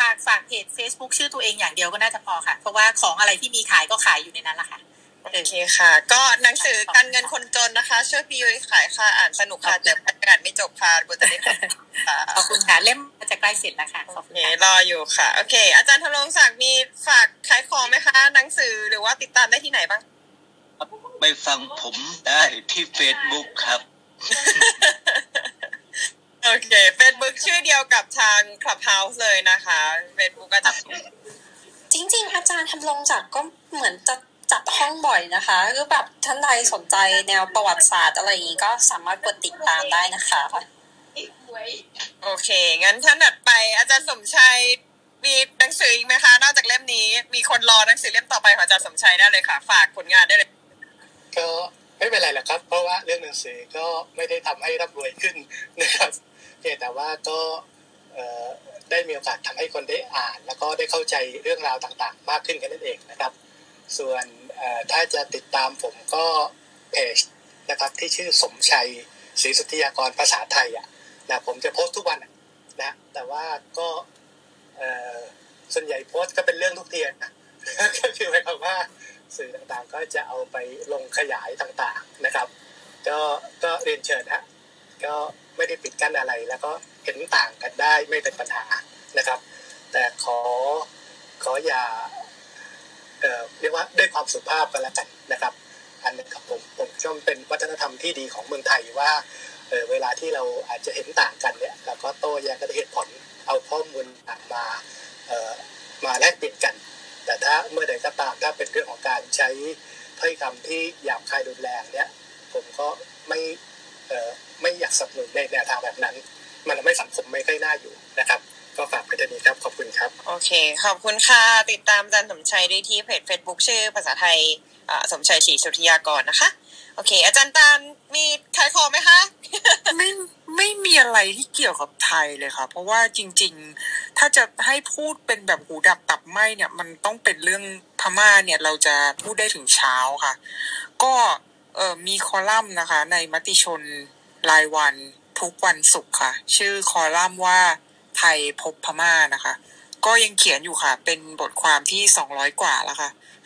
Speaker 3: Facebook ชื่อตัวเองอย่างเดียวก็น่าจะพอค่ะเพราะว่าของอะไรที่มีขายก็ขายอยู่ในนั้นละค่ะ
Speaker 1: โอเคค่ะก็หนังสือการเงินคนจนนะคะช่วยพี่ยุ้ยขายค่ะอ่านสนุกค่ะแต่อ่านไม่จบค่ะบทจะได้
Speaker 3: ขอบคุณค่ะเล่มจะใกล้เสร็จแล้วค่ะขอบคุณ
Speaker 1: รออยู่ค่ะโอเคอาจารย์ธนงศักดิ์มีฝากขายของไหมคะหนังสือหรือว่าติดตามได้ที่ไหนบ้าง
Speaker 14: ไปฟังผมได้ที่ Facebook ครับ
Speaker 1: โอเค Facebook ชื่อเดียวกับทาง Clubhouse เลยนะคะ Facebook อาจารย์
Speaker 4: จริงๆอาจารย์ทำลงจากก็เหมือนจะจัดห้องบ่อยนะคะคือแบบท่านใดสนใจแนวประวัติศาสตร์อะไรอย่างนี้ก็สามารถกดติดตามได้นะคะ
Speaker 1: โอเคงั้นท่านถัดไปอาจารย์สมชัยมีหนังสืออีกไหมคะนอกจากเล่มนี้มีคนรอหนังสือเล่มต่อไปของอาจารย์สมชัยได้เลยค่ะฝากผลงานได้เลย
Speaker 2: ก็ไม่เป็นไรหรอกครับเพราะว่าเรื่องหนังสือก็ไม่ได้ทำให้ร่ำรวยขึ้นนะครับแต่ว่าก็ได้มีโอกาสทำให้คนได้อ่านแล้วก็ได้เข้าใจเรื่องราวต่างๆมากขึ้นกันนั่นเองนะครับส่วนถ้าจะติดตามผมก็เพจนะครับที่ชื่อสมชัยศรีสุทธิยากรภาษาไทยนะผมจะโพสต์ทุกวันนะแต่ว่าก็ส่วนใหญ่โพสต์ก็เป็นเรื่องทุกเทียนนะก็คือหมายความว่าสื่อต่างๆก็จะเอาไปลงขยายต่างๆนะครับก็เรียนเชิญฮะก็ไม่ได้ปิดกั้นอะไรแล้วก็เห็นต่างกันได้ไม่เป็นปัญหานะครับแต่ขออย่าเรียกว่าด้วยความสุภาพกันแล้วกันนะครับอันนี้ครับผมชมเป็นวัฒนธรรมที่ดีของเมืองไทยว่าเวลาที่เราอาจจะเห็นต่างกันเนี่ยเราก็โต้แย้งกันด้วยเหตุผลเอาข้อมูลมาแลกเปลี่ยนกันแต่ถ้าเมื่อใดก็ตามถ้าเป็นเรื่องของการใช้ถ้อยคำที่หยาบคายรุนแรงเนี่ยผมก็ไม่อยากสนับสนุนในแนวทางแบบนั้นมันทำให้สังคมไม่ค่อยน่าอยู่นะครับก็ฝากไปที่นี้ครับขอบคุณครับ
Speaker 1: โอเคขอบคุณค่ะติดตามอาจารย์สมชัยได้ที่เพจ Facebook ชื่อภาษาไทยสมชัยศรีสุทธิยากรนะคะโอเคอาจารย์ตาลมีขายของไหมคะ
Speaker 13: ไม่มีอะไรที่เกี่ยวกับไทยเลยค่ะเพราะว่าจริงๆถ้าจะให้พูดเป็นแบบหูดับตับไหมเนี่ยมันต้องเป็นเรื่องพม่าเนี่ยเราจะพูดได้ถึงเช้าค่ะก็มีคอลัมน์นะคะในมติชนรายวันทุกวันศุกร์ค่ะชื่อคอลัมน์ว่าไทยพบพม่านะคะก็ยังเขียนอยู่ค่ะเป็นบทความที่200กว่าแล้วค่ะ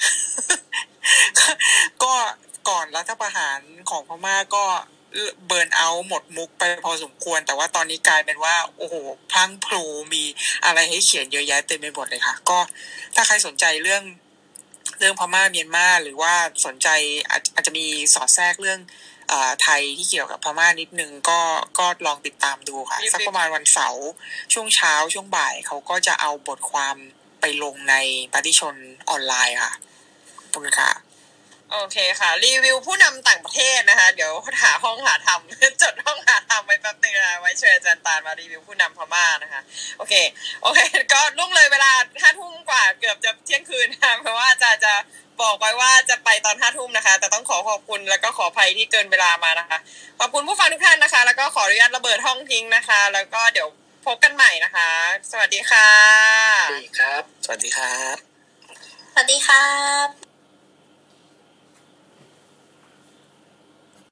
Speaker 13: ก็ก่อนรัฐประหารของพม่าก็เบิร์นเอาท์หมดมุกไปพอสมควรแต่ว่าตอนนี้กลายเป็นว่าโอ้โหพลังพลูมีอะไรให้เขียนเยอะแยะเต็มไปหมดเลยค่ะก็ถ้าใครสนใจเรื่องพม่าเมียนมาหรือว่าสนใจอาจจะมีสอดแทรกเรื่องไทยที่เกี่ยวกับพม่านิดนึงก็ลองติดตามดูค่ะสักประมาณวันเสาร์ช่วงเช้าช่วงบ่ายเขาก็จะเอาบทความไปลงในมติชนออนไลน์ค่ะขอบคุณค่ะ
Speaker 1: โอเคค่ะรีวิวผู้นำต่างประเทศนะคะเดี๋ยวหาห้องหาทำ จดห้องหาทำไว้แป๊บนึงนะไว้เชิญอาจารย์ตาลมารีวิวผู้นำพม่านะคะโอเคก็ล่วงเลยเวลา 5 ทุ่มกว่าเกือบจะเที่ยงคืนนะเพราะว่าอาจารย์จะบอกไว้ว่าจะไปตอน 5 ทุ่มนะคะแต่ต้องขอบคุณแล้วก็ขออภัยที่เกินเวลามานะคะขอบคุณผู้ฟังทุกท่านนะคะแล้วก็ขออนุญาตระเบิดห้องทิ้งนะคะแล้วก็เดี๋ยวพบกันใหม่นะคะสวัสดีค่ะ
Speaker 2: สวัสดีครับ
Speaker 5: สวัสดีครับ
Speaker 4: สวัสดีครับ